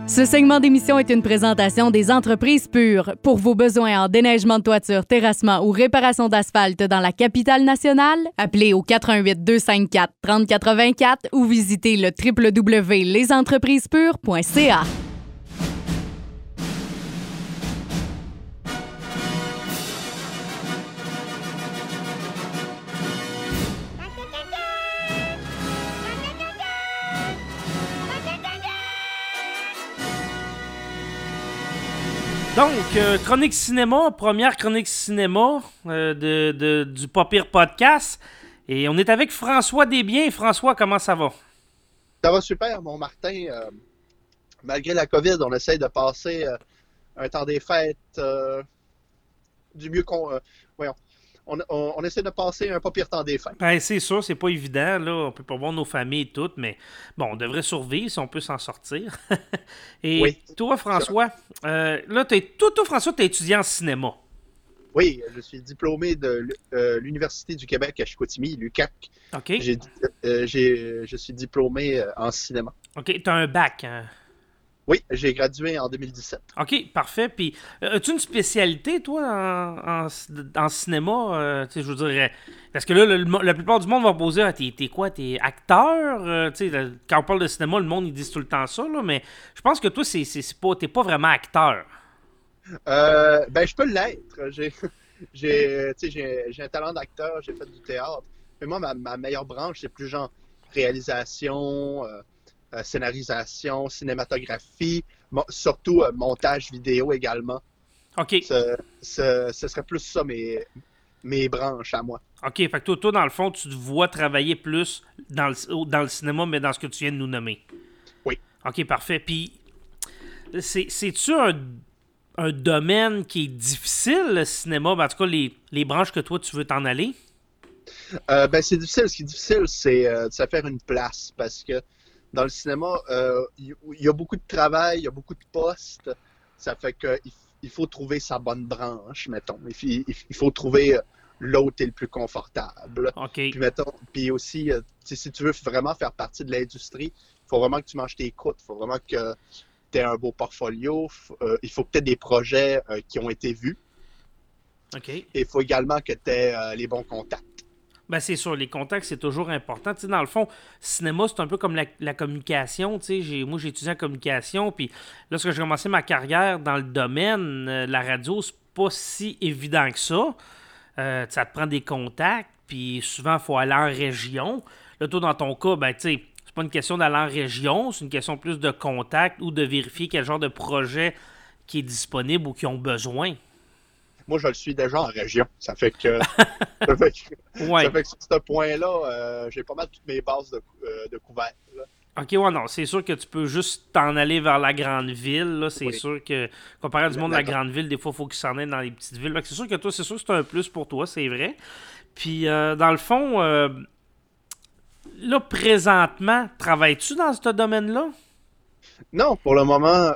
Ce segment d'émission est une présentation des entreprises pures. Pour vos besoins en déneigement de toiture, terrassement ou réparation d'asphalte dans la capitale nationale, appelez au 88 254 3084 ou visitez le www.lesentreprisespures.ca. Donc, chronique cinéma, première chronique cinéma du Pas Pire Podcast. Et on est avec François Desbiens. François, comment ça va? Ça va super, mon Martin. Malgré la COVID, on essaye de passer un temps des fêtes du mieux qu'on... voyons. On essaie de passer un pas pire temps des fêtes. Ben, c'est sûr, c'est pas évident, là. On peut pas voir nos familles et tout, mais bon, on devrait survivre si on peut s'en sortir. Et Oui. toi, François, François, t'es étudiant en cinéma. Oui, je suis diplômé de l'Université du Québec à Chicoutimi, l'UQAC. OK? Je suis diplômé en cinéma. OK, t'as un bac, hein? Oui, j'ai gradué en 2017. OK, parfait. Puis, as-tu une spécialité, toi, en cinéma? Tu sais, je veux dire, parce que là, la plupart du monde va poser, t'es quoi? T'es acteur? Tu sais, quand on parle de cinéma, le monde, ils disent tout le temps ça, là, mais je pense que toi, t'es pas vraiment acteur. Ben, je peux l'être. J'ai un talent d'acteur, j'ai fait du théâtre. Mais moi, ma meilleure branche, c'est plus genre réalisation, scénarisation, cinématographie, surtout montage vidéo également. OK. Ce serait plus ça mes branches à moi. OK, fait que toi, dans le fond, tu te vois travailler plus dans le cinéma, mais dans ce que tu viens de nous nommer. Oui. OK, parfait. Puis, c'est-tu un domaine qui est difficile, le cinéma? Ben, en tout cas, les branches que toi, tu veux t'en aller? Ben, c'est difficile. Ce qui est difficile, c'est de se faire une place parce que dans le cinéma, il y a beaucoup de travail, il y a beaucoup de postes. Ça fait qu'il faut trouver sa bonne branche, mettons. Il faut trouver là où tu es le plus confortable. OK. Puis aussi, si tu veux vraiment faire partie de l'industrie, il faut vraiment que tu manges tes croûtes. Il faut vraiment que tu aies un beau portfolio. Il faut peut-être des projets qui ont été vus. OK. Et il faut également que tu aies les bons contacts. Ben, c'est sûr, les contacts, c'est toujours important. Tu sais, dans le fond, cinéma, c'est un peu comme la communication. Tu sais, moi, j'ai étudié en communication, puis lorsque j'ai commencé ma carrière dans le domaine, la radio, c'est pas si évident que ça. Ça te prend des contacts, puis souvent, il faut aller en région. Là, toi, dans ton cas, ben, tu sais, c'est pas une question d'aller en région, c'est une question plus de contact ou de vérifier quel genre de projet qui est disponible ou qui ont besoin. Moi, je le suis déjà en région. Ça fait que, Ouais. ça fait que sur ce point-là, j'ai pas mal toutes mes bases de couvert. Là. OK, ouais, non, c'est sûr que tu peux juste t'en aller vers la grande ville, là, c'est Oui. sûr que, comparé à du monde de la grande ville, des fois, il faut qu'ils s'en aillent dans les petites villes. Fait que c'est sûr que toi, c'est sûr que c'est un plus pour toi, c'est vrai. Puis, dans le fond, là, présentement, travailles-tu dans ce domaine-là? Non, pour le moment,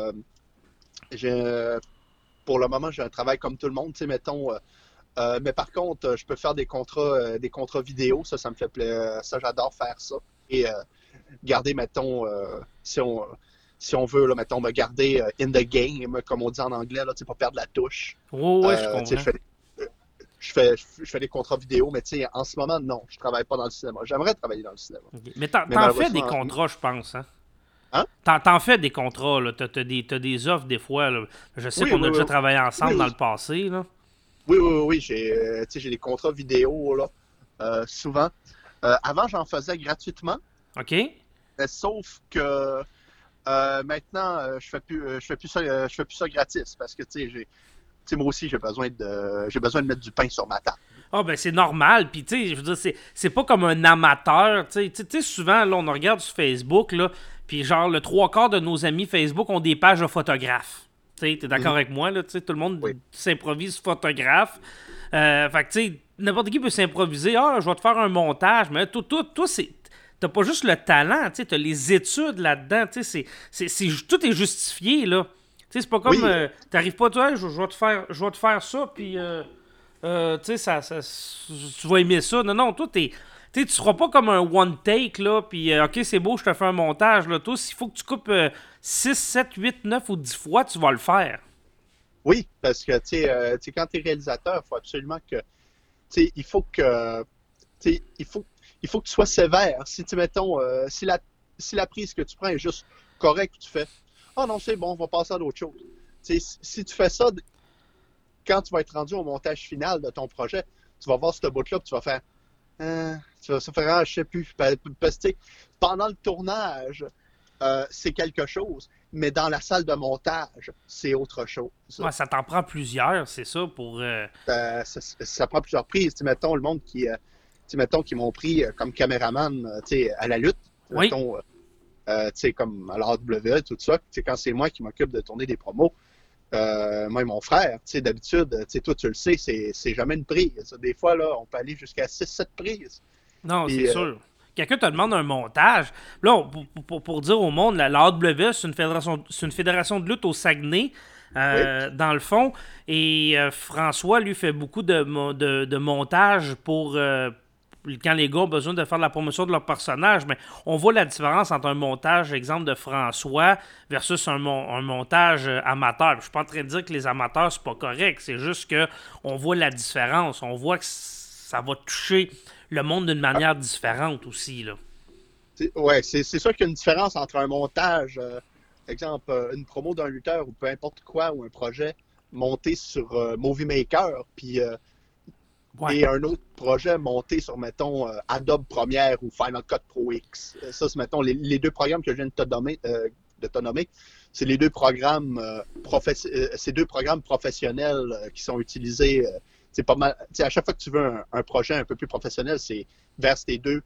j'ai un travail comme tout le monde, tu sais, mettons. Mais par contre, je peux faire des contrats vidéo. Ça me fait plaisir. Ça, j'adore faire ça. Et garder, mettons, si on veut, là, mettons, me garder in the game, comme on dit en anglais, là, tu sais, pas perdre la touche. Oh, ouais, je Tu sais, comprends. je fais des contrats vidéo, mais tu sais, en ce moment, non, je travaille pas dans le cinéma. J'aimerais travailler dans le cinéma. OK. Mais t'en fais malheureusement, des contrats, je pense, hein? Hein? T'en fais des contrats, là. T'as des offres, des fois, là. Je sais Oui, qu'on a oui, déjà oui. travaillé ensemble Oui, dans oui. le passé, là. Oui, tu sais, j'ai des contrats vidéo, là, souvent. Avant, j'en faisais gratuitement. OK? Sauf que maintenant, je fais plus ça gratis parce que tu sais, moi aussi j'ai besoin de mettre du pain sur ma table. Ah, ben c'est normal. Puis, tu sais, je veux dire, c'est pas comme un amateur. Tu sais, souvent, là, on regarde sur Facebook, là, puis genre, le 3/4 de nos amis Facebook ont des pages de photographes. Tu sais, t'es d'accord avec moi, là? Tu sais, tout le monde Oui. s'improvise photographe. Fait que, tu sais, n'importe qui peut s'improviser. Ah, je vais te faire un montage. Mais toi, c'est... T'as pas juste le talent, tu sais, t'as les études là-dedans, tu sais, tout est justifié, là. Tu sais, c'est pas comme, Oui. t'arrives pas, toi, je vais te faire ça, puis, tu sais, tu vas aimer ça. Non, toi, tu seras pas comme un one take, là, puis, OK, c'est beau, je te fais un montage, là. Toi, il faut que tu coupes 6, 7, 8, 9 ou 10 fois, tu vas le faire. Oui, parce que, quand tu es réalisateur, il faut absolument que, il faut que, il faut que tu sois sévère. Si, mettons, si la prise que tu prends est juste correcte, tu fais, oh non, c'est bon, on va passer à d'autres choses. Si tu fais ça, quand tu vas être rendu au montage final de ton projet, tu vas voir ce bout-là, puis tu vas faire, tu vas se faire, je sais plus, parce que pendant le tournage, c'est quelque chose, mais dans la salle de montage, c'est autre chose. Ouais, ça t'en prend plusieurs, c'est ça, pour... Ça prend plusieurs prises. Mettons, le monde mettons, qui m'ont pris comme caméraman à la lutte, Oui. mettons, comme à l'AW, tout ça, quand c'est moi qui m'occupe de tourner des promos, moi et mon frère, d'habitude, toi tu le sais, c'est jamais une prise. Des fois, là, on peut aller jusqu'à 6-7 prises. Non, Puis, c'est sûr. Quelqu'un te demande un montage. Là, pour dire au monde, la AW, c'est une fédération de lutte au Saguenay, dans le fond. Et François, lui, fait beaucoup de montage pour quand les gars ont besoin de faire de la promotion de leur personnage. Mais on voit la différence entre un montage, exemple, de François versus un montage amateur. Je suis pas en train de dire que les amateurs, c'est pas correct. C'est juste que on voit la différence. On voit que ça va toucher le monde d'une manière différente aussi, là. Ouais, c'est sûr qu'il y a une différence entre un montage, exemple, une promo d'un lutteur ou peu importe quoi, ou un projet monté sur Movie Maker, puis Ouais. et un autre projet monté sur, mettons, Adobe Premiere ou Final Cut Pro X. Ça, c'est, mettons, les deux programmes que je viens de te nommer, c'est les deux programmes, ces deux programmes professionnels qui sont utilisés. C'est pas mal. À chaque fois que tu veux un projet un peu plus professionnel, c'est vers ces deux.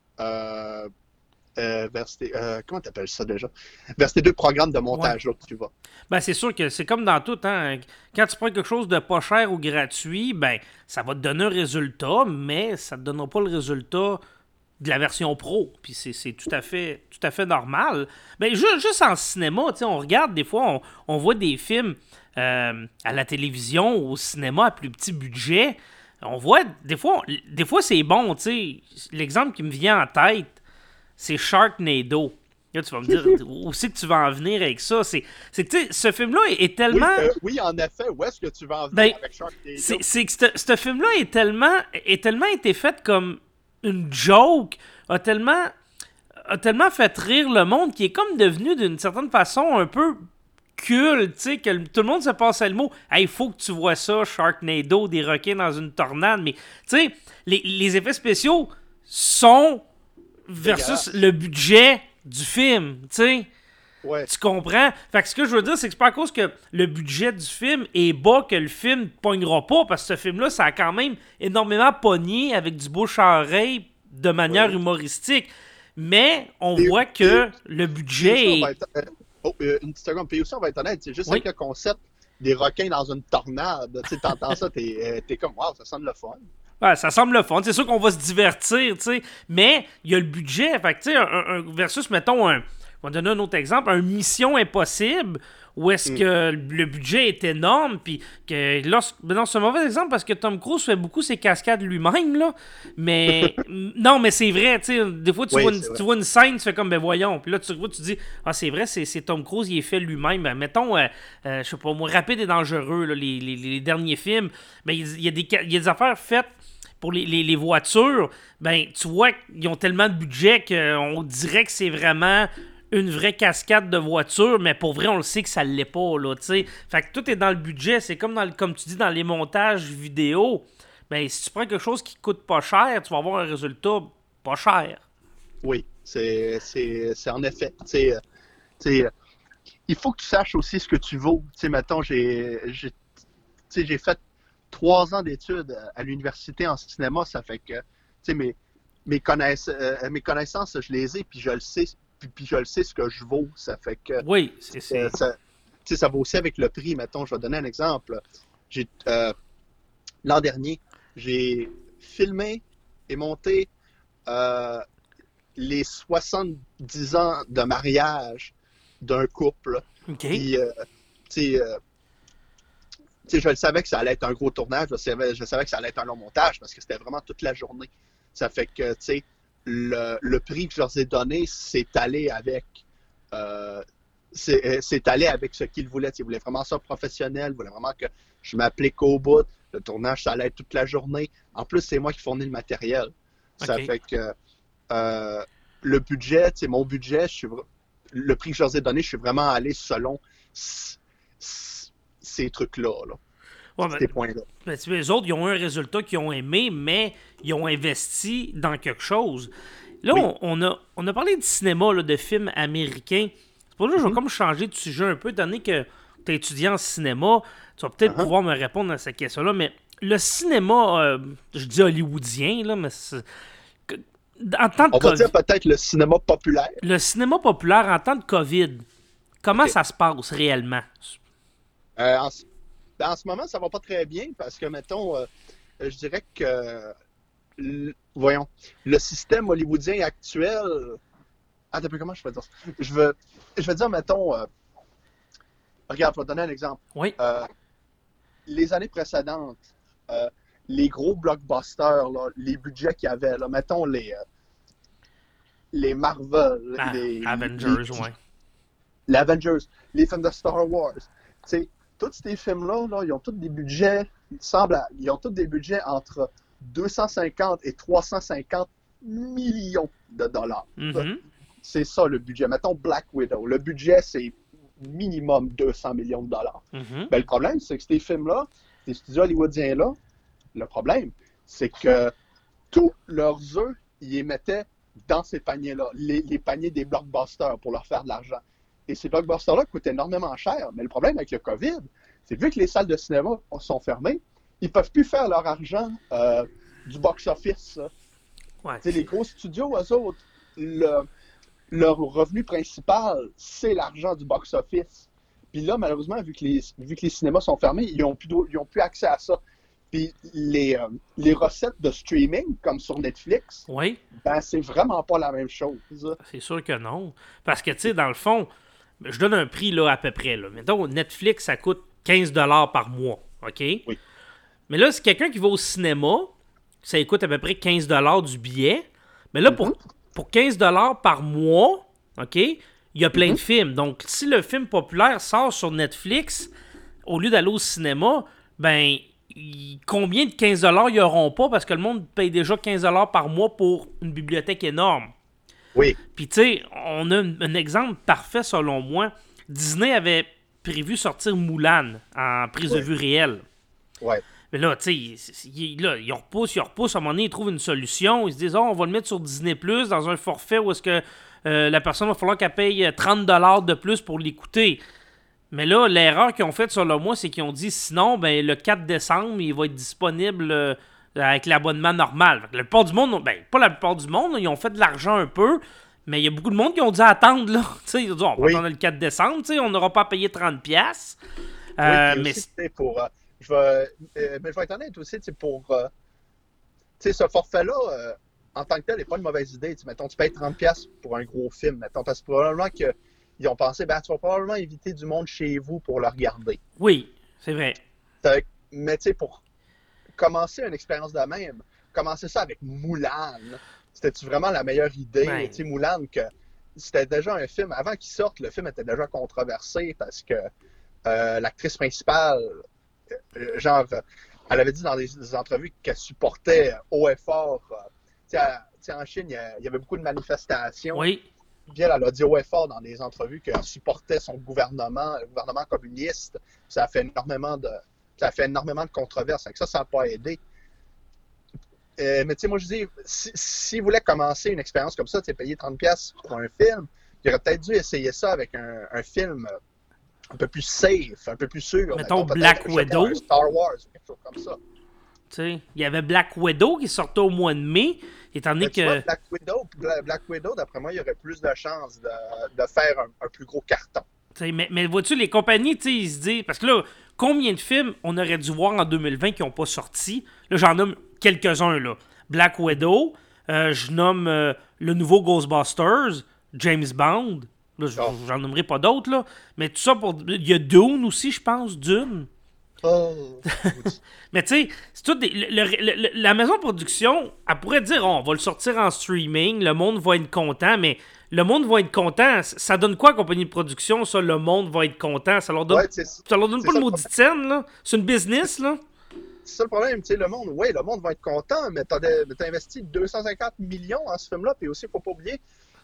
Comment tu appelles ça déjà? Vers ces deux programmes de montage là que tu vas. Ben, c'est sûr que c'est comme dans tout, hein. Quand tu prends quelque chose de pas cher ou gratuit, ben, ça va te donner un résultat, mais ça te donnera pas le résultat de la version pro. Puis c'est tout à fait normal. Ben, juste en cinéma, tu sais, on regarde des fois, on voit des films à la télévision ou au cinéma à plus petit budget. On voit, des fois c'est bon, tu sais. L'exemple qui me vient en tête, c'est Sharknado. Là, tu vas me dire où c'est que tu vas en venir avec ça. C'est que, tu sais, ce film-là est tellement... Oui, en effet, où est-ce que tu vas en venir avec Sharknado? C'est que ce film-là est tellement été fait comme une joke, a tellement fait rire le monde, qui est comme devenu d'une certaine façon un peu culte, tu sais, que tout le monde se passait le mot. Hey, il faut que tu vois ça, Sharknado, des requins dans une tornade. Mais, tu sais, les effets spéciaux sont versus le budget du film, tu sais. Ouais. Tu comprends? Fait que ce que je veux dire, c'est que c'est pas à cause que le budget du film est bas que le film pognera pas, parce que ce film-là, ça a quand même énormément pogné avec du bouche-à-oreille de manière humoristique. Mais on voit que le budget est... une petite seconde. Puis aussi, on va être honnête, c'est juste avec le concept des requins dans une tornade. Tu sais, t'entends ça, t'es comme, wow, ça sonne le fun. Ouais, ça semble le fun. C'est sûr qu'on va se divertir, tu sais. Mais il y a le budget. Fait que, tu sais, versus, mettons, on va donner un autre exemple, un Mission Impossible, où est-ce que le budget est énorme, puis que non, c'est un mauvais exemple parce que Tom Cruise fait beaucoup ses cascades lui-même, là. Mais non, mais c'est vrai, tu sais, des fois tu vois une scène, tu fais comme, ben voyons, puis là tu vois, tu dis, ah c'est vrai, c'est Tom Cruise, il est fait lui-même. Ben, mettons, je sais pas moi, Rapide et Dangereux, là, les derniers films, ben il y a des affaires faites pour les voitures, ben tu vois qu'ils ont tellement de budget qu'on dirait que c'est vraiment une vraie cascade de voitures, mais pour vrai, on le sait que ça l'est pas, là, tu sais. Fait que tout est dans le budget. C'est comme, comme tu dis, dans les montages vidéo. Ben, si tu prends quelque chose qui coûte pas cher, tu vas avoir un résultat pas cher. Oui, c'est en effet. Il faut que tu saches aussi ce que tu vaux. Tu sais, mettons, j'ai fait 3 ans d'études à l'université en cinéma. Ça fait que, tu sais, mes connaissances, je les ai, puis je le sais. Puis je le sais ce que je vaux. Ça fait que. Oui, ça va aussi avec le prix. Mettons, je vais donner un exemple. L'an dernier, j'ai filmé et monté les 70 ans de mariage d'un couple. OK. Puis, je le savais que ça allait être un gros tournage. Je savais que ça allait être un long montage parce que c'était vraiment toute la journée. Ça fait que, tu sais, le prix que je leur ai donné s'est allé avec c'est allé avec ce qu'il voulait. Il voulait vraiment ça professionnel, il voulait vraiment que je m'applique au bout. Le tournage, ça allait être toute la journée. En plus, c'est moi qui fournis le matériel. Ça Ok. fait que le budget, mon budget, le prix que je leur ai donné, je suis vraiment allé selon ces trucs-là, là, Ouais, ces points-là. ben, tu sais, les autres, ils ont eu un résultat qu'ils ont aimé, mais ils ont investi dans quelque chose. Là, Oui. on a parlé de cinéma, là, de films américains. C'est pour ça que je vais Mhm. comme changer de sujet un peu, donné que tu es étudiant en cinéma. Tu vas peut-être Uh-huh. pouvoir me répondre à cette question-là, mais le cinéma, je dis hollywoodien, là, mais que- en temps de On va COVID, dire peut-être le cinéma populaire. le cinéma populaire en temps de COVID, comment Ok. ça se passe réellement? En ce moment, ça va pas très bien parce que, mettons, je dirais que, voyons, le système hollywoodien actuel. Attends un peu, comment je peux dire ça? Je veux dire, mettons, regarde, je vais te donner un exemple. Oui. Les années précédentes, les gros blockbusters, là, les budgets qu'il y avait, là, mettons les Marvel, les Avengers, ouais. les Avengers, les films de Star Wars. Tu sais, tous ces films-là, là, ils ont tous des budgets, ils ont tous des budgets entre 250 et 350 millions de dollars. Mhm. C'est ça le budget. Mettons Black Widow. Le budget, c'est minimum 200 millions de dollars. Mhm. Ben, le problème, c'est que ces films-là, ces studios hollywoodiens-là, le problème, c'est que tous leurs œufs, ils les mettaient dans ces paniers-là, les paniers des blockbusters pour leur faire de l'argent. Et ces blockbusters-là coûtent énormément cher. Mais le problème avec le COVID, c'est vu que les salles de cinéma sont fermées, ils ne peuvent plus faire leur argent du box-office. Ouais. Tu sais, les gros studios, eux autres, leur revenu principal, c'est l'argent du box-office. Puis là, malheureusement, vu que les cinémas sont fermés, ils n'ont plus accès à ça. Puis les recettes de streaming, comme sur Netflix, Oui. ben c'est vraiment pas la même chose. C'est sûr que non. Parce que, tu sais, dans le fond, je donne un prix, là, à peu près. Là. Mettons, Netflix, ça coûte 15$ par mois, OK? Oui. Mais là, c'est quelqu'un qui va au cinéma, ça coûte à peu près 15$ du billet. Mais là, pour 15$ par mois, OK, il y a plein de films. Donc, si le film populaire sort sur Netflix, au lieu d'aller au cinéma, ben, combien de 15$ ils n'auront pas parce que le monde paye déjà 15$ par mois pour une bibliothèque énorme. Oui. Puis, tu sais, on a un exemple parfait selon moi. Disney avait prévu sortir Mulan en prise de vue réelle. Ouais. Mais là, tu sais, ils repoussent. À un moment donné, ils trouvent une solution. Ils se disent, on va le mettre sur Disney+, dans un forfait où est-ce que la personne va falloir qu'elle paye 30$ de plus pour l'écouter. Mais là, l'erreur qu'ils ont faite, selon moi, c'est qu'ils ont dit, sinon, ben, le 4 décembre, il va être disponible avec l'abonnement normal. Fait que la plupart du monde, ben, pas la plupart du monde, ils ont fait de l'argent un peu, mais il y a beaucoup de monde qui ont dit attendre, là. Tu sais, ils ont dit, on va attendre le 4 décembre, tu sais, on n'aura pas à payer 30$. Oui, puis mais aussi, tu sais, mais je vais être honnête aussi, tu sais, tu sais, ce forfait-là, en tant que tel, n'est pas une mauvaise idée. Tu sais, mettons, tu payes 30$ pour un gros film, mettons, parce que probablement qu'ils ont pensé, ben, tu vas probablement inviter du monde chez vous pour le regarder. oui, c'est vrai. Mais tu sais, pour commencer une expérience de même, commencer ça avec Mulan, c'était-tu vraiment la meilleure idée? Ouais. Tu sais, Mulan, que c'était déjà un film, avant qu'il sorte, le film était déjà controversé parce que l'actrice principale, genre, elle avait dit dans des entrevues qu'elle supportait haut et fort. Tu sais, en Chine, il y avait beaucoup de manifestations. Oui, Puis elle a dit haut et fort dans des entrevues qu'elle supportait son gouvernement, le gouvernement communiste. Ça a fait énormément de controverses. Avec ça n'a pas aidé. Mais tu sais, moi je dis, s'il voulait commencer une expérience comme ça, tu sais, payer 30$ pour un film, il aurait peut-être dû essayer ça avec un film un peu plus safe, un peu plus sûr. Mettons peut-être Black je sais pas, Widow. un Star Wars, quelque chose comme ça. tu sais. Il y avait Black Widow qui sortait au mois de mai, étant donné Mais tu vois, que... Black Widow, d'après moi, il y aurait plus de chances de faire un plus gros carton. T'sais, mais vois-tu, les compagnies, ils se disent... Parce que là, combien de films on aurait dû voir en 2020 qui n'ont pas sorti? Là, j'en nomme quelques-uns, là. Black Widow, je nomme le nouveau Ghostbusters, James Bond. Là, j'en nommerai pas d'autres, là. Mais tout ça pour... Il y a Dune aussi, je pense, Dune. Oh! Mais tu sais, c'est tout la maison de production, elle pourrait dire, on va le sortir en streaming, le monde va être content, mais le monde va être content. Ça donne quoi, compagnie de production, ça? Le monde va être content. Ça leur donne, Ouais, ça leur donne pas ça une le maudite scène, là. C'est une business, là. C'est ça le problème, tu sais, le monde va être content, mais t'as investi 250 millions en ce film-là, puis aussi, faut pas oublier,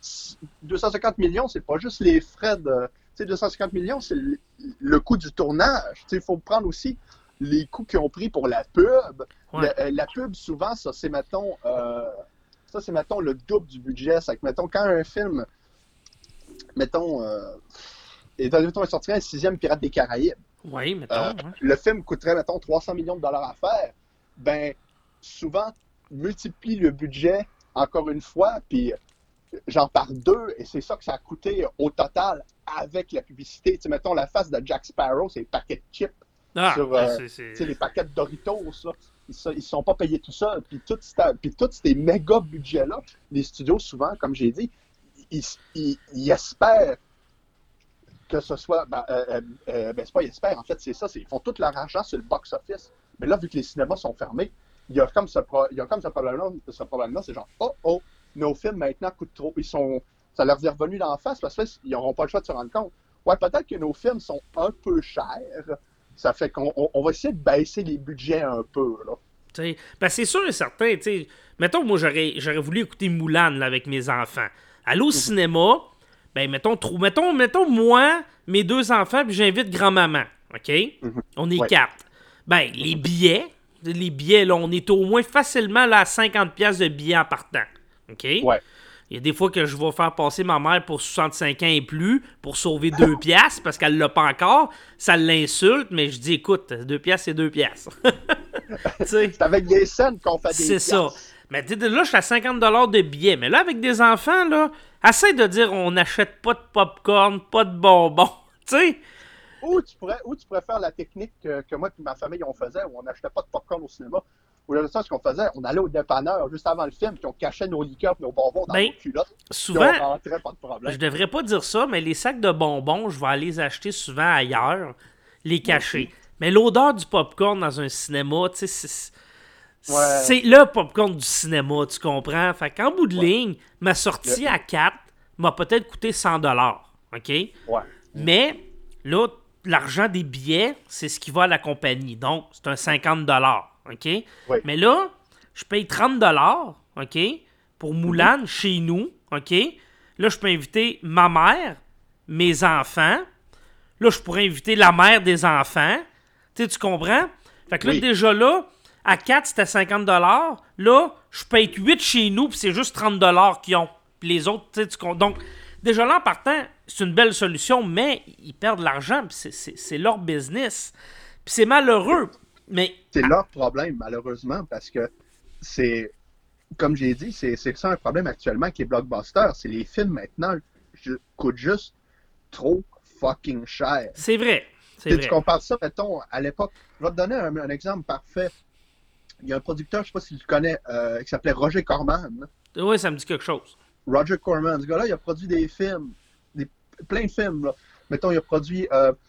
250 millions, c'est pas juste les frais de... Tu sais, 250 millions, c'est le coût du tournage. Tu sais, il faut prendre aussi les coûts qu'ils ont pris pour la pub. Ouais. La pub, souvent, ça, c'est, mettons, le double du budget. C'est que, mettons, quand un film, mettons, il sortirait un 6e Pirate des Caraïbes, Oui, mettons. Ouais. le film coûterait, mettons, 300 millions de dollars à faire, ben, souvent, multiplie le budget encore une fois, puis j'en par 2, et c'est ça que ça a coûté au total avec la publicité. Tu sais, mettons, la face de Jack Sparrow, c'est les paquets de chips Ah, sur ouais, tu sais, les paquets de Doritos, là. Ils sont pas payés tout seuls. Puis tous ces méga budgets-là, les studios, souvent, comme j'ai dit, ils espèrent que ce soit... c'est pas ils espèrent, en fait, c'est ça. Ils font tout leur argent sur le box-office. Mais là, vu que les cinémas sont fermés, il y a comme ce problème-là. C'est genre, nos films maintenant coûtent trop. Ça leur est revenu d'en face parce qu'ils n'auront pas le choix de se rendre compte. Ouais, peut-être que nos films sont un peu chers. Ça fait qu'on va essayer de baisser les budgets un peu, là. T'sais, ben c'est sûr et certain, t'sais, mettons, moi, j'aurais voulu écouter Moulin là, avec mes enfants. Aller au cinéma, ben, mettons, moi, mes 2 enfants, puis j'invite grand-maman, OK? On est Ouais. 4. Ben, les billets, là, on est au moins facilement là, à 50$ de billets en partant, OK? Ouais. Il y a des fois que je vais faire passer ma mère pour 65 ans et plus pour sauver 2$ parce qu'elle l'a pas encore. Ça l'insulte, mais je dis, écoute, 2$, c'est 2$. Tu sais, C'est avec des scènes qu'on fait des c'est ça. piastres. Mais là, je suis à 50$ de billets. Mais là, avec des enfants, là, essaie de dire on n'achète pas de popcorn, pas de bonbons. Tu sais? Ou tu pourrais faire la technique que moi et ma famille on faisait, où on n'achetait pas de popcorn au cinéma. Ou là, ça, ce qu'on faisait, on allait au dépanneur juste avant le film, puis on cachait nos liqueurs et nos bonbons dans Ben, nos culottes. souvent, Puis on rentrait, pas de problème. je devrais pas dire ça, mais les sacs de bonbons, je vais aller les acheter souvent ailleurs, les cacher. Mais l'odeur du popcorn dans un cinéma, tu sais, c'est le popcorn du cinéma, tu comprends? Fait qu'en bout de ligne, ma sortie à 4 m'a peut-être coûté 100$, OK? Ouais. Mais là, l'argent des billets, c'est ce qui va à la compagnie. Donc, c'est un 50$, OK? Oui. Mais là, je paye 30$, OK? Pour Moulin, chez nous, OK? Là, je peux inviter ma mère, mes enfants. Là, je pourrais inviter la mère des enfants. Tu comprends? Fait que là, Oui. déjà là, à 4, c'était 50$. Là, je paye 8 chez nous, puis c'est juste 30$ qu'ils ont. Puis les autres, tu comptes. Donc, déjà là, en partant, c'est une belle solution, mais ils perdent de l'argent, puis c'est leur business. Puis c'est malheureux, mais... C'est leur problème, malheureusement, parce que c'est, comme j'ai dit, c'est ça un problème actuellement avec les blockbusters. C'est les films maintenant coûtent juste trop fucking cher. C'est vrai, c'est Tu vrai. compares ça, mettons, à l'époque. Je vais te donner un exemple parfait. Il y a un producteur, je sais pas si tu le connais, qui s'appelait Roger Corman. Oui, ça me dit quelque chose. Roger Corman, ce gars-là, il a produit des films, plein de films, là. Mettons, il a produit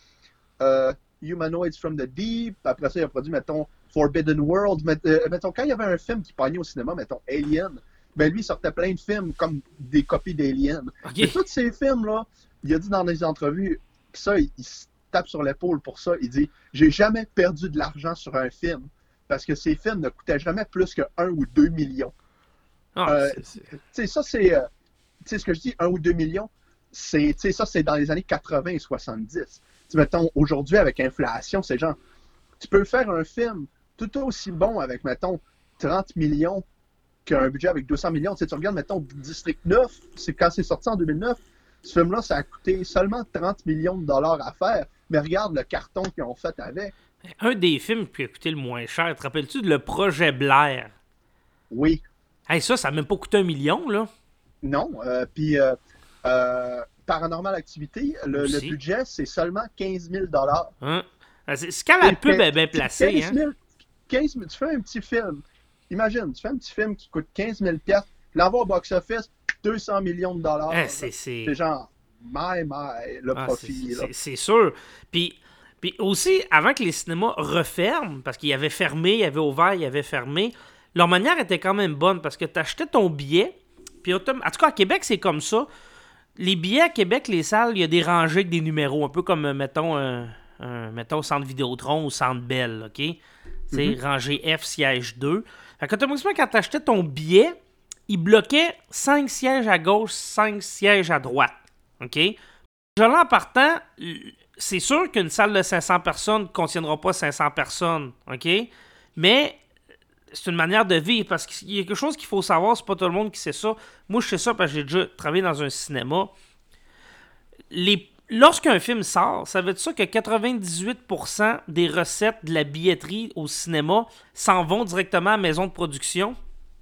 Humanoids from the Deep, après ça, il a produit, mettons, Forbidden World. Mettons, quand il y avait un film qui pognait au cinéma, mettons, Alien, ben lui, il sortait plein de films comme des copies d'Alien. OK. Mais tous ces films-là, il a dit dans des entrevues, pis ça, il se tape sur l'épaule pour ça, il dit « J'ai jamais perdu de l'argent sur un film, parce que ces films ne coûtaient jamais plus que 1 ou 2 millions. » Ah, Tu sais, ça, c'est... tu sais, ce que je dis, 1 ou 2 millions, tu sais, ça, c'est dans les années 80 et 70. Tu sais, mettons, aujourd'hui, avec inflation, c'est genre... Tu peux faire un film tout aussi bon avec, mettons, 30 millions qu'un budget avec 200 millions. Tu sais, tu regardes, mettons, District 9, c'est quand c'est sorti en 2009, ce film-là, ça a coûté seulement 30 millions de dollars à faire. Mais regarde le carton qu'ils ont fait avec. un des films qui a coûté le moins cher, te rappelles-tu de Le Projet Blair? Oui. Hey, ça n'a même pas coûté 1 million, là. Non. Puis Paranormal Activity, le Aussi. budget, c'est seulement 15 000 Hein? C'est quand la pub est bien placée, 15 hein? 000, 15 000, tu fais un petit film. Imagine, tu fais un petit film qui coûte 15 000 $, l'envoie au box-office, 200 millions de dollars. C'est genre, le Ah, profit. là. c'est sûr. Puis aussi, avant que les cinémas referment, parce qu'ils avaient fermé, ils avaient ouvert, ils avaient fermé, leur manière était quand même bonne, parce que tu achetais ton billet, puis en tout cas, à Québec, c'est comme ça. Les billets à Québec, les salles, il y a des rangées avec des numéros, un peu comme, mettons, Centre Vidéotron ou Centre Bell, OK? C'est rangée F, siège 2. Fait qu'automatiquement, quand t'achetais ton billet, il bloquait 5 sièges à gauche, 5 sièges à droite, OK? En partant, c'est sûr qu'une salle de 500 personnes ne contiendra pas 500 personnes, OK? Mais c'est une manière de vivre, parce qu'il y a quelque chose qu'il faut savoir, c'est pas tout le monde qui sait ça. Moi, je sais ça parce que j'ai déjà travaillé dans un cinéma. Lorsqu'un film sort, ça veut dire ça que 98% des recettes de la billetterie au cinéma s'en vont directement à la maison de production.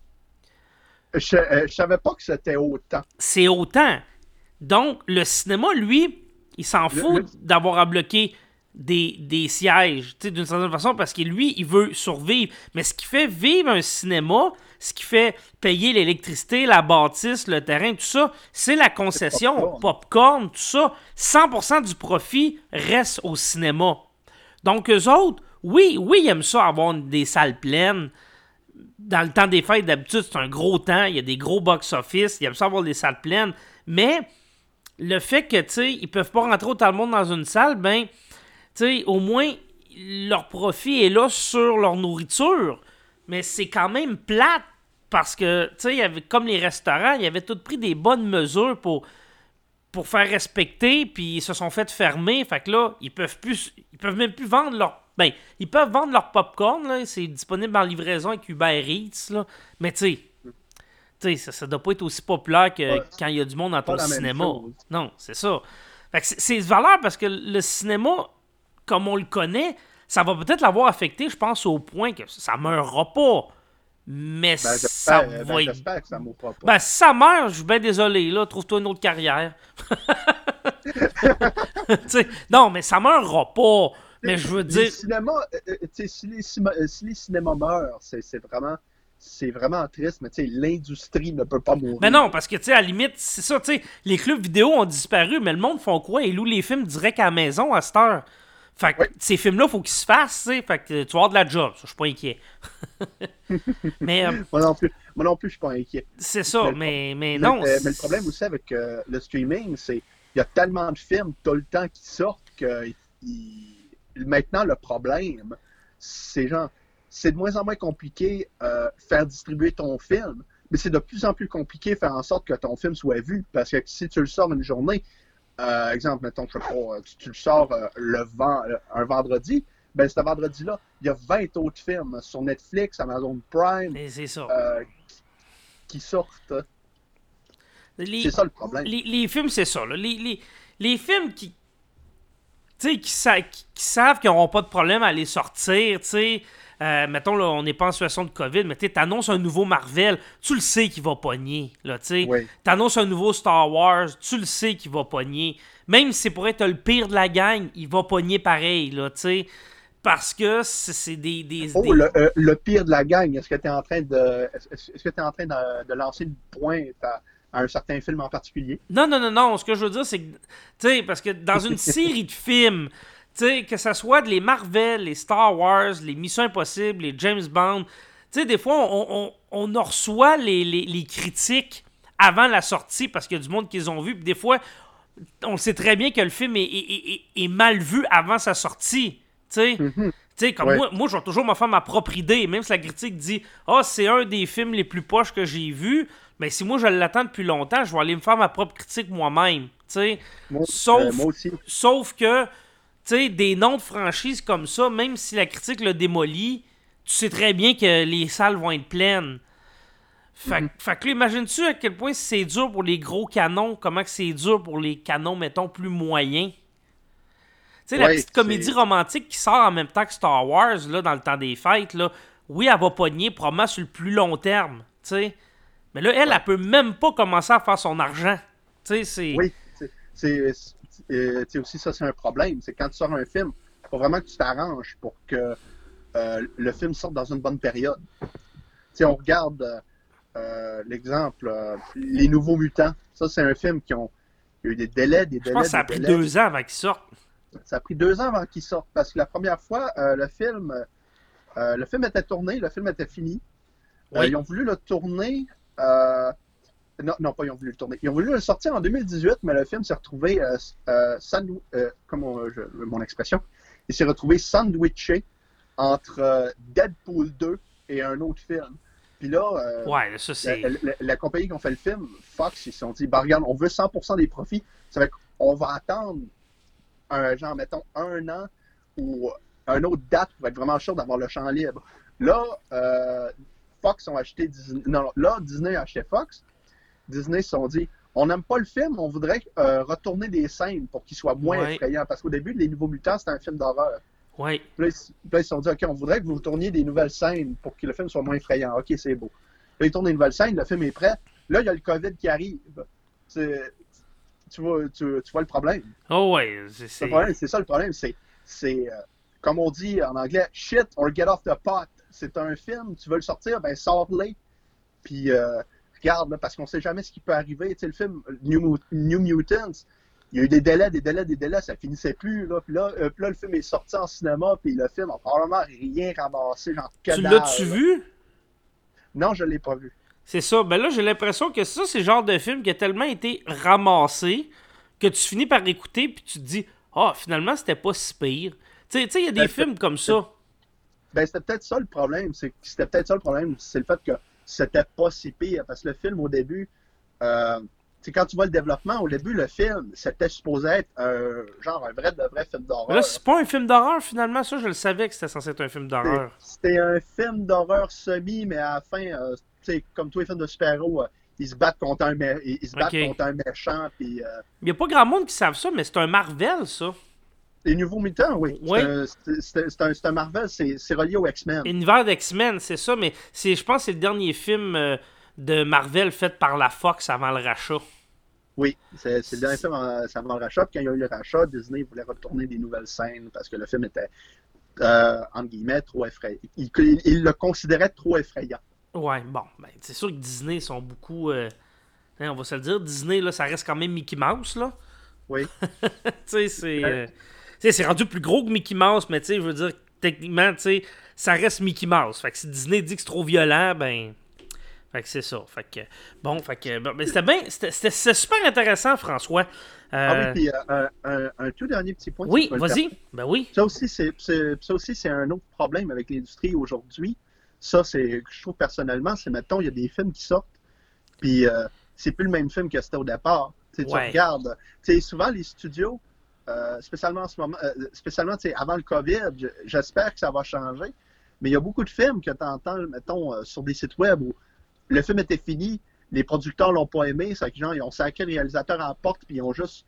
Je savais pas que c'était autant. C'est autant. Donc, le cinéma, lui, il s'en fout d'avoir à bloquer des sièges, d'une certaine façon, parce que lui, il veut survivre. Mais ce qui fait vivre un cinéma, ce qui fait payer l'électricité, la bâtisse, le terrain, tout ça, c'est la concession, popcorn, tout ça. 100% du profit reste au cinéma. Donc, eux autres, oui, ils aiment ça, avoir des salles pleines. Dans le temps des fêtes, d'habitude, c'est un gros temps. Il y a des gros box-office. Ils aiment ça avoir des salles pleines. Mais le fait que, ils peuvent pas rentrer autant de monde dans une salle, ben, au moins, leur profit est là sur leur nourriture. Mais c'est quand même plate parce que, comme les restaurants, ils avaient tous pris des bonnes mesures pour faire respecter, puis ils se sont fait fermer. Fait que là, ils peuvent même plus vendre leur... Ben, ils peuvent vendre leur popcorn, là, c'est disponible en livraison avec Uber Eats, là. Mais ça doit pas être aussi populaire que quand il y a du monde dans ton cinéma. Non, c'est ça. Fait que c'est valeur parce que le cinéma, comme on le connaît, ça va peut-être l'avoir affecté, je pense, au point que ça meurra pas. Mais ça va... J'espère que ça mourra pas. Ben, si ça meurt, je suis bien désolé, là. Trouve-toi une autre carrière. Non, mais ça meurra pas. Mais je veux dire... Si les cinémas meurent, c'est vraiment triste, mais l'industrie ne peut pas mourir. Mais non, parce que, à la limite, c'est ça, les clubs vidéo ont disparu, mais le monde font quoi? Ils louent les films direct à la maison à cette heure. Fait que ces films-là, il faut qu'ils se fassent, fait que tu vas avoir de la job, ça, je suis pas inquiet. Mais... Moi non plus, je suis pas inquiet. C'est ça, mais non. Mais le problème aussi avec le streaming, c'est qu'il y a tellement de films tout le temps qui sortent que maintenant, le problème, c'est de moins en moins compliqué faire distribuer ton film, mais c'est de plus en plus compliqué faire en sorte que ton film soit vu, parce que si tu le sors une journée, exemple, mettons, je sais pas, tu le sors un vendredi, ben ce vendredi-là, il y a 20 autres films sur Netflix, Amazon Prime, c'est ça. Qui sortent. C'est ça le problème. Les films, c'est ça. Là. Les films qui savent qu'ils n'auront pas de problème à les sortir, mettons, là, on n'est pas en situation de COVID, mais t'annonces un nouveau Marvel, tu le sais qu'il va pogner, là, oui. T'annonces un nouveau Star Wars, tu le sais qu'il va pogner. Même si c'est pour être le pire de la gang, il va pogner pareil, là, parce que c'est des... Le pire de la gang, est-ce que tu es en train de lancer une pointe à un certain film en particulier? Non. Ce que je veux dire, c'est que, parce que dans une série de films, que ce soit les Marvel, les Star Wars, les Missions Impossibles, les James Bond, des fois, on reçoit les critiques avant la sortie parce qu'il y a du monde qu'ils ont vu. Puis des fois, on sait très bien que le film est mal vu avant sa sortie. Comme moi, je vais toujours me faire ma propre idée. Même si la critique dit « Ah, c'est un des films les plus poches que j'ai vus », mais si moi je l'attends depuis longtemps, je vais aller me faire ma propre critique moi-même. Moi aussi. Sauf que des noms de franchises comme ça, même si la critique le démolit, tu sais très bien que les salles vont être pleines. Fait que là, imagines-tu à quel point c'est dur pour les gros canons, comment que c'est dur pour les canons, mettons, plus moyens. La petite comédie romantique qui sort en même temps que Star Wars, là, dans le temps des fêtes, là, oui, elle va pogner probablement sur le plus long terme, mais là, elle peut même pas commencer à faire son argent. Oui, aussi ça, c'est un problème. C'est quand tu sors un film, il faut vraiment que tu t'arranges pour que le film sorte dans une bonne période. On regarde l'exemple, Les Nouveaux Mutants. Ça, c'est un film il y a eu des délais. Je pense que ça a pris 2 ans avant qu'il sorte. Ça a pris 2 ans avant qu'il sorte, parce que la première fois, le film était tourné, le film était fini. Oui. Ils ont voulu le tourner Non, non, pas ils ont voulu le tourner. Ils ont voulu le sortir en 2018, mais le film s'est retrouvé, mon expression, il s'est retrouvé sandwiché entre Deadpool 2 et un autre film. Puis là, Ouais, ça c'est. la compagnie qui a fait le film, Fox, ils se sont dit, bah regarde, on veut 100% des profits. Ça fait qu'on va attendre mettons, 1 an ou une autre date pour être vraiment sûr d'avoir le champ libre. Là, Fox ont acheté Disney. Non, là, Disney a acheté Fox. Disney se sont dit, on n'aime pas le film, on voudrait retourner des scènes pour qu'il soit moins effrayant. Parce qu'au début, Les Nouveaux Mutants, c'était un film d'horreur. Ouais. Là, ils se sont dit, OK, on voudrait que vous tourniez des nouvelles scènes pour que le film soit moins effrayant. OK, c'est beau. Là, ils tournent des nouvelles scènes, le film est prêt. Là, il y a le COVID qui arrive. Tu vois le problème. Oh ouais, Le problème, c'est ça le problème. C'est comme on dit en anglais, shit or get off the pot. C'est un film, tu veux le sortir, ben sors-le. Puis regarde, là, parce qu'on sait jamais ce qui peut arriver. Tu sais, le film New Mutants, il y a eu des délais, ça finissait plus. Là. Puis là, le film est sorti en cinéma, puis le film a probablement rien ramassé. Genre, Tu l'as-tu vu? Non, je l'ai pas vu. C'est ça. Ben là, j'ai l'impression que ça, c'est le genre de film qui a tellement été ramassé que tu finis par écouter puis tu te dis « Ah, finalement, c'était pas si pire. » Tu sais, il y a des films comme ça. Ben, c'était peut-être ça le problème. C'est le fait que c'était pas si pire. Parce que le film, au début, quand tu vois le développement, au début, le film, c'était supposé être un vrai film d'horreur. Là, c'est pas un film d'horreur, finalement. Ça, je le savais que c'était censé être un film d'horreur. C'était un film d'horreur semi, mais à la fin, comme tous les films de super-héros, ils se battent contre un méchant. Puis, il y a pas grand monde qui savent ça, mais c'est un Marvel, ça. Les Nouveaux Mutants, oui. C'est un Marvel, c'est relié aux X-Men. L'univers d'X-Men, c'est ça, mais je pense que c'est le dernier film de Marvel fait par la Fox avant le rachat. Oui, c'est le dernier film avant le rachat. Puis quand il y a eu le rachat, Disney voulait retourner des nouvelles scènes parce que le film était, entre guillemets, trop effrayant. Il le considérait trop effrayant. Ouais, bon, ben, c'est sûr que Disney sont beaucoup... on va se le dire, Disney, là, ça reste quand même Mickey Mouse, là. Oui. Tu sais, c'est rendu plus gros que Mickey Mouse, mais tu sais, je veux dire, techniquement, tu sais, ça reste Mickey Mouse. Fait que si Disney dit que c'est trop violent, ben... Fait que c'est ça. Fait que, ben, c'était super intéressant, François. Ah oui, puis un tout dernier petit point. Oui, vas-y. Ben oui. Ça aussi, c'est un autre problème avec l'industrie aujourd'hui. Ça, je trouve personnellement, mettons, il y a des films qui sortent, puis c'est plus le même film que c'était au départ. Tu regardes, souvent les studios, spécialement en ce moment, avant le COVID, j'espère que ça va changer, mais il y a beaucoup de films que tu entends, mettons, sur des sites web où le film était fini, les producteurs l'ont pas aimé, c'est que genre, ils ont sacré le réalisateur à la porte, puis ils ont juste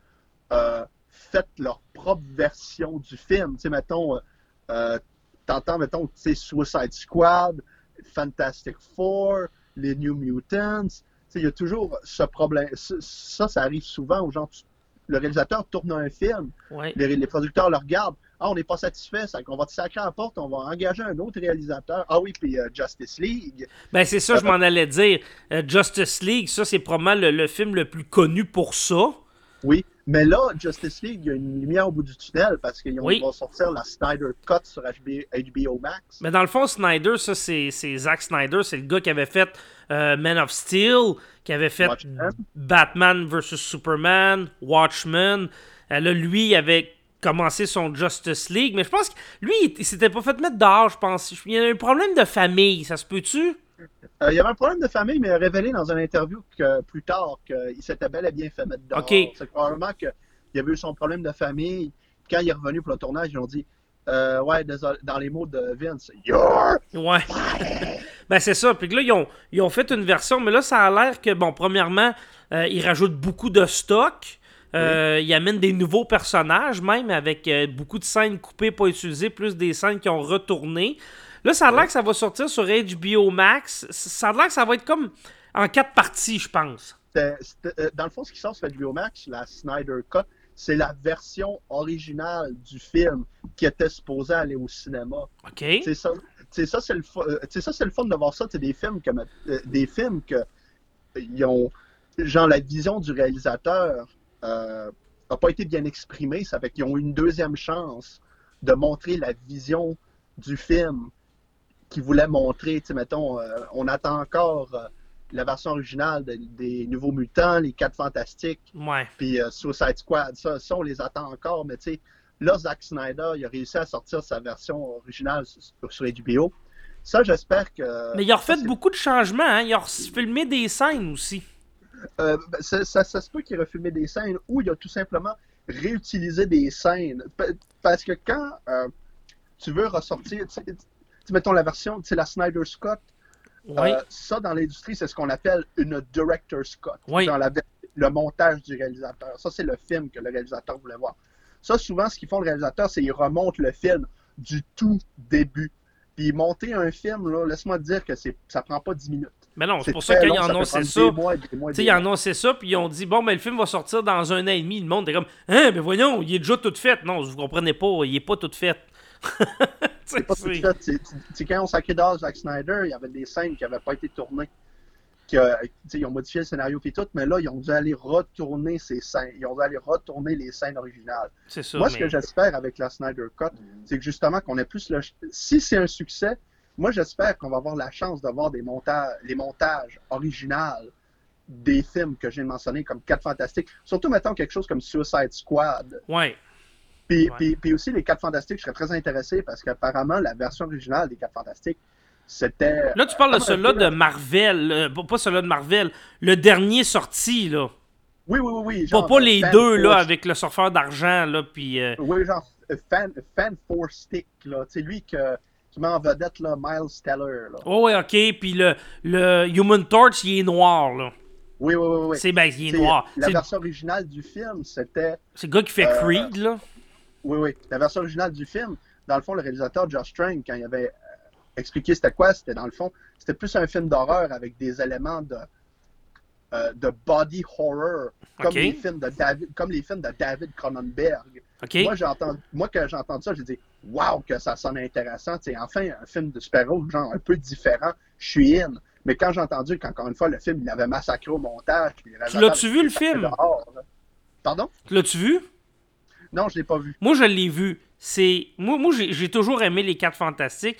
fait leur propre version du film. Tu sais, mettons, t'entends, mettons, Suicide Squad, Fantastic Four, les New Mutants. Il y a toujours ce problème. Ça arrive souvent aux gens. Le réalisateur tourne un film, les producteurs le regardent. Ah, on n'est pas satisfait, ça qu'on va te sacrer à la porte, on va engager un autre réalisateur. Ah oui, puis Justice League. Ben c'est ça, je m'en allais dire. Justice League, ça c'est probablement le film le plus connu pour ça. Oui, mais là, Justice League, il y a une lumière au bout du tunnel parce qu'ils vont sortir la Snyder Cut sur HBO Max. Mais dans le fond, Snyder, ça c'est Zack Snyder, c'est le gars qui avait fait Man of Steel, qui avait fait Batman vs Superman, Watchmen. Là, lui, il avait commencé son Justice League, mais je pense que lui, il s'était pas fait mettre dehors, je pense. Il y a un problème de famille, ça se peut-tu? Il y avait un problème de famille, mais il a révélé dans une interview plus tard qu'il s'était bel et bien fait mettre dehors. Okay. C'est probablement qu'il avait eu son problème de famille. Quand il est revenu pour le tournage, ils ont dit ouais, désolé, dans les mots de Vince, You're ouais. Ben c'est ça. Puis là, ils ont fait une version, mais là, ça a l'air que, bon, premièrement, ils rajoutent beaucoup de stock. Ils amènent des nouveaux personnages, même avec beaucoup de scènes coupées, pas utilisées, plus des scènes qui ont retourné. Là, ça a l'air que ça va sortir sur HBO Max. Ça a l'air que ça va être comme en 4 parties, je pense. Dans le fond, ce qui sort sur HBO Max, la Snyder Cut, c'est la version originale du film qui était supposée aller au cinéma. OK. C'est ça, c'est le fun de voir ça. C'est des films que ils ont, genre, la vision du réalisateur n'a pas été bien exprimée. Ça fait qu'ils ont eu une deuxième chance de montrer la vision du film qu'ils voulaient montrer. Tu sais, mettons, on attend encore la version originale des Nouveaux Mutants, les 4 Fantastiques, Ouais. puis Suicide Squad. Ça, on les attend encore, mais tu sais, là, Zack Snyder, il a réussi à sortir sa version originale sur HBO. Ça, j'espère que... Mais il a refait ça, beaucoup de changements, hein. Il a filmé des scènes aussi. ça se peut qu'il ait refilmé des scènes ou il a tout simplement réutilisé des scènes. Parce que quand tu veux ressortir, mettons la version, la Snyder Scott, Oui. ça dans l'industrie, c'est ce qu'on appelle une Director's Cut. Oui. Dans le montage du réalisateur. Ça, c'est le film que le réalisateur voulait voir. Ça, souvent, ce qu'ils font le réalisateur, c'est qu'ils remontent le film du tout début. Puis monter un film, là, laisse-moi te dire que ça prend pas 10 minutes. Mais non, c'est pour ça très qu'ils long, ont peut annoncé prendre ça. des mois, des mois, Tu sais, des ils ont mois. annoncé ça, puis ils ont dit, bon, mais le film va sortir dans 1 an et demi. Le monde est comme, hein, mais voyons, il est déjà tout fait. Non, vous comprenez pas, il est pas tout fait. C'est pas tout fait. C'est quand on sacré dehors Zack Snyder, il y avait des scènes qui n'avaient pas été tournées. Ils ont modifié le scénario et tout, mais là, ils ont dû aller retourner ces scènes. Ils ont dû aller retourner les scènes originales. C'est ça. Moi, ce que j'espère avec la Snyder Cut, c'est que justement qu'on ait plus le... Si c'est un succès, moi, j'espère qu'on va avoir la chance d'avoir les montages originaux des films que j'ai mentionnés comme 4 Fantastiques. Surtout, mettons, quelque chose comme Suicide Squad. Ouais. Puis aussi, les 4 Fantastiques, je serais très intéressé parce qu'apparemment, la version originale des 4 Fantastiques, c'était... Là, tu parles de celui-là de Marvel. Pas celui-là de Marvel. Le dernier sorti, là. Oui. Pas les deux, là, avec le surfeur d'argent, là, puis... Oui, genre Fan Four Stick, là. Tu sais, lui qui met en vedette, là, Miles Teller, là. Oh, ouais, OK. Puis le Human Torch, il est noir, là. Oui. Il est noir. La version originale du film, c'était... C'est le gars qui fait Creed, là. Oui. La version originale du film, dans le fond, le réalisateur Josh Trank, quand il avait expliqué c'était quoi, c'était dans le fond, c'était plus un film d'horreur avec des éléments de body horror, comme, OK. les films de David Cronenberg. OK. Moi, quand j'ai entendu ça, j'ai dit « Wow, que ça sonne intéressant! » Enfin, un film de super-héros, genre un peu différent, je suis in. Mais quand j'ai entendu qu'encore une fois, le film, il avait massacré au montage... Tu l'as-tu vu, le film? Pardon? Tu l'as-tu vu? Non, je l'ai pas vu. Moi, je l'ai vu. Moi j'ai toujours aimé les 4 Fantastiques.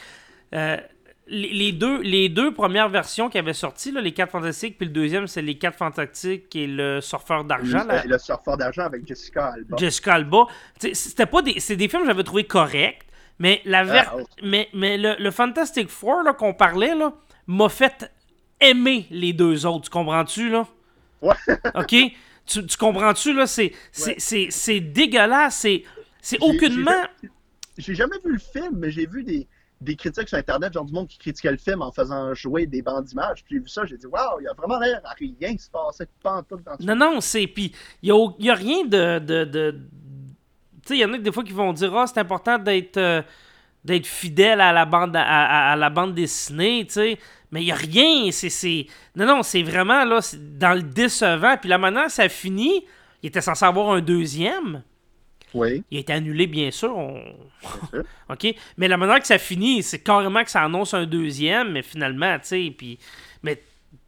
Les deux premières versions qui avaient sorti, là, les 4 Fantastiques, puis le deuxième, c'est les 4 Fantastiques et le surfeur d'argent. Le surfeur d'argent avec Jessica Alba. Jessica Alba. C'est des films que j'avais trouvé corrects, mais mais le Fantastic Four là, qu'on parlait là, m'a fait aimer les deux autres. Tu comprends-tu, là? Ouais. OK? Tu comprends-tu, là? C'est dégueulasse. C'est aucunement... J'ai jamais vu le film, mais j'ai vu des critiques sur Internet, genre du monde qui critiquait le film en faisant jouer des bandes d'images. Puis j'ai vu ça, j'ai dit, waouh, il y a vraiment l'air à rien qui se passait pas en tout dans ce film. Non, c'est... Puis, il y a rien de... Tu sais, il y en a des fois qui vont dire, c'est important d'être fidèle à la bande à la bande dessinée, tu sais. Mais il y a rien, Non, c'est vraiment, là, dans le décevant. Puis la manière ça finit, il était censé avoir un deuxième. Oui. Il a été annulé, bien sûr. OK? Mais la manière que ça finit, c'est carrément que ça annonce un deuxième, mais finalement, tu sais, puis... Mais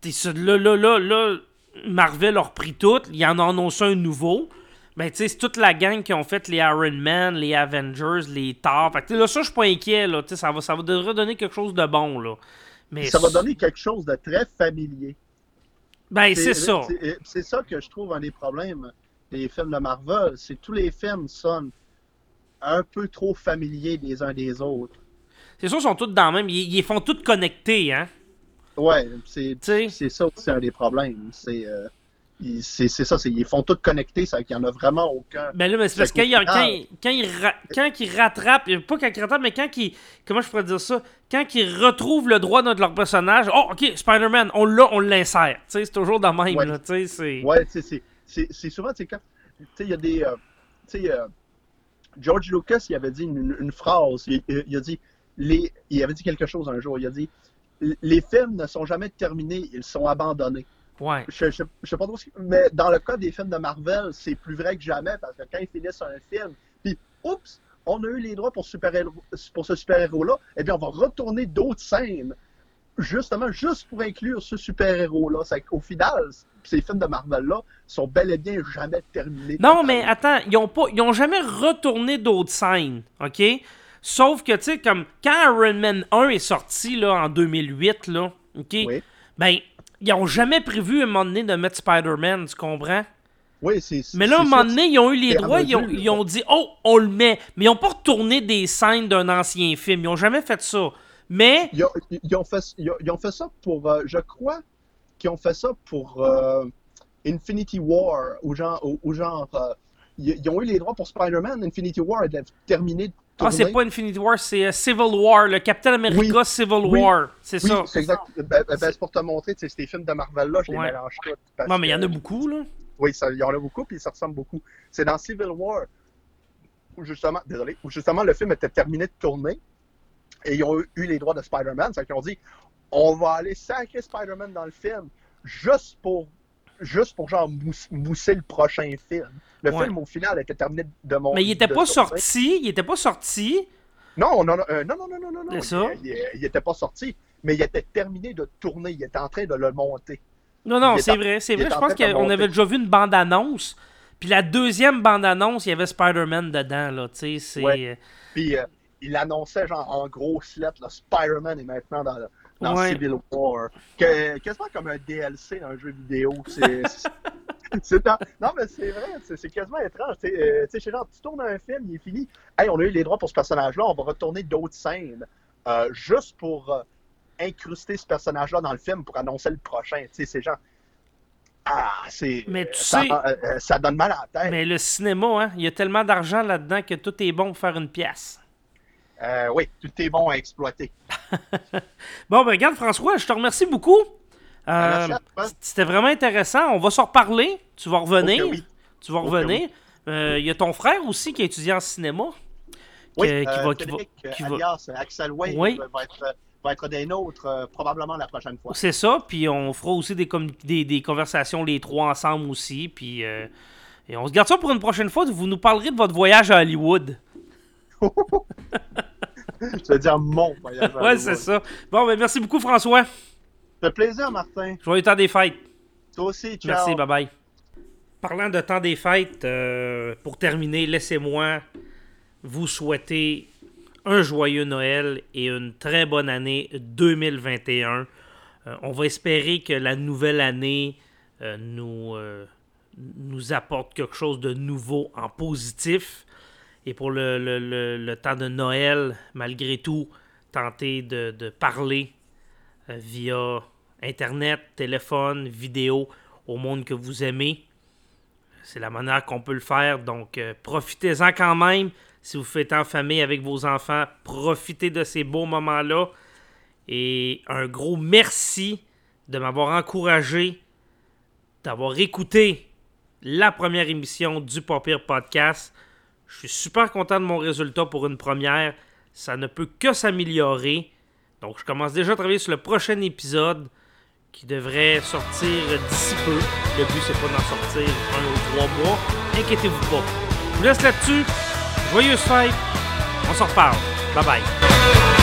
là, Marvel a repris tout, il en a annoncé un nouveau. Mais tu sais, c'est toute la gang qui ont fait les Iron Man, les Avengers, les Thor. Fait que là, ça, je suis pas inquiet, là. Tu sais, ça va devrait donner quelque chose de bon, là. Mais ça va donner quelque chose de très familier. Ben, c'est ça. C'est ça que je trouve un des problèmes des films de Marvel. C'est que tous les films sonnent un peu trop familiers les uns des autres. C'est sûr, ils sont tous dans le même. Ils font tous connectés, hein. Ouais, c'est ça aussi un des problèmes. C'est ça, ils font tous connectés, ça qu'il n'y en a vraiment aucun. Ben là, mais c'est parce que quand ils rattrapent, pas quand ils rattrapent, mais quand ils, comment je pourrais dire ça, quand ils retrouvent le droit de leur personnage, oh, ok, Spider-Man, on l'insère, tu sais, c'est toujours dans le même, ouais. Là, tu sais, c'est... Ouais, c'est souvent, tu sais, quand, tu sais, il y a des, tu sais, George Lucas, il avait dit une phrase, il a dit, il avait dit quelque chose un jour, il a dit, les films ne sont jamais terminés, ils sont abandonnés. Ouais. Je sais pas trop mais dans le cas des films de Marvel, c'est plus vrai que jamais parce que quand ils finissent un film, puis oups, on a eu les droits pour ce super-héros-là, eh bien on va retourner d'autres scènes justement juste pour inclure ce super-héros-là. Au final, ces films de Marvel-là sont bel et bien jamais terminés. Non, mais attends, ils ont jamais retourné d'autres scènes, OK? Sauf que, tu sais, comme quand Iron Man 1 est sorti là, en 2008, là, OK? Oui. Ben, Ils ont jamais prévu à un moment donné de mettre Spider-Man, tu comprends? Oui, c'est. Mais là, à un moment donné, ils ont eu les c'est droits, rendu, ils ont dit « Oh, on le met ». Mais ils n'ont pas retourné des scènes d'un ancien film. Ils n'ont jamais fait ça. Mais... Ils ont fait ça pour. Je crois qu'ils ont fait ça pour Infinity War, ou genre. Ils ont eu les droits pour Spider-Man. Infinity War est terminé de tourner. c'est pas Infinity War, c'est Civil War, le Captain America Civil War. C'est ça. C'est exact. C'est pour te montrer, ces films de Marvel-là, je les mélange tous. Non, mais il y en a beaucoup, là. Oui, il y en a beaucoup, puis ça ressemble beaucoup. C'est dans Civil War où justement le film était terminé de tourner et ils ont eu les droits de Spider-Man. C'est qu'ils ont dit on va aller sacrer Spider-Man dans le film juste pour genre mousser le prochain film. Le film au final était terminé de monter. Mais il était pas sorti. Il était pas sorti. Non. C'est ça. Il était pas sorti, mais il était terminé de tourner. Il était en train de le monter. Non, c'est vrai. Je pense qu'on avait déjà vu une bande-annonce. Puis la deuxième bande-annonce, il y avait Spider-Man dedans, là, tu sais, Ouais. Puis il annonçait, genre, en grosses lettres, là, Spider-Man est maintenant dans Civil War. Quasiment comme un DLC dans un jeu vidéo. Non, mais c'est vrai, c'est quasiment étrange. Tu sais, genre, tu tournes un film, il est fini. Hey, on a eu les droits pour ce personnage-là, on va retourner d'autres scènes. Juste pour... incruster ce personnage-là dans le film pour annoncer le prochain. Tu sais, c'est genre... Mais ça donne mal à la tête. Mais le cinéma, hein, il y a tellement d'argent là-dedans que tout est bon pour faire une pièce. Oui, tout est bon à exploiter. Bon, ben regarde, François, je te remercie beaucoup. C'était vraiment intéressant. On va s'en reparler. Tu vas revenir. Okay, oui. Tu vas revenir. Il y a ton frère aussi qui a étudié en cinéma. Alias Axel Wade va être des nôtres probablement la prochaine fois. C'est ça, puis on fera aussi des conversations les trois ensemble aussi, puis et on se garde ça pour une prochaine fois. Vous nous parlerez de votre voyage à Hollywood. Je veux dire mon voyage à Hollywood. Ouais, c'est ça. Bon, ben merci beaucoup, François. Ça fait plaisir, Martin. Joyeux temps des fêtes. Toi aussi, ciao. Merci, bye-bye. Parlant de temps des fêtes, pour terminer, laissez-moi vous souhaiter un joyeux Noël et une très bonne année 2021. On va espérer que la nouvelle année nous apporte quelque chose de nouveau en positif. Et pour le temps de Noël, malgré tout, tentez de parler via Internet, téléphone, vidéo au monde que vous aimez. C'est la manière qu'on peut le faire, donc profitez-en quand même. Si vous faites en famille avec vos enfants, profitez de ces beaux moments-là. Et un gros merci de m'avoir encouragé, d'avoir écouté la première émission du Pas Pire Podcast. Je suis super content de mon résultat pour une première. Ça ne peut que s'améliorer. Donc, je commence déjà à travailler sur le prochain épisode qui devrait sortir d'ici peu. Le but, c'est pas d'en sortir 1 ou 3 mois. Inquiétez-vous pas. Je vous laisse là-dessus. Joyeuses fêtes. On s'en reparle. Bye bye.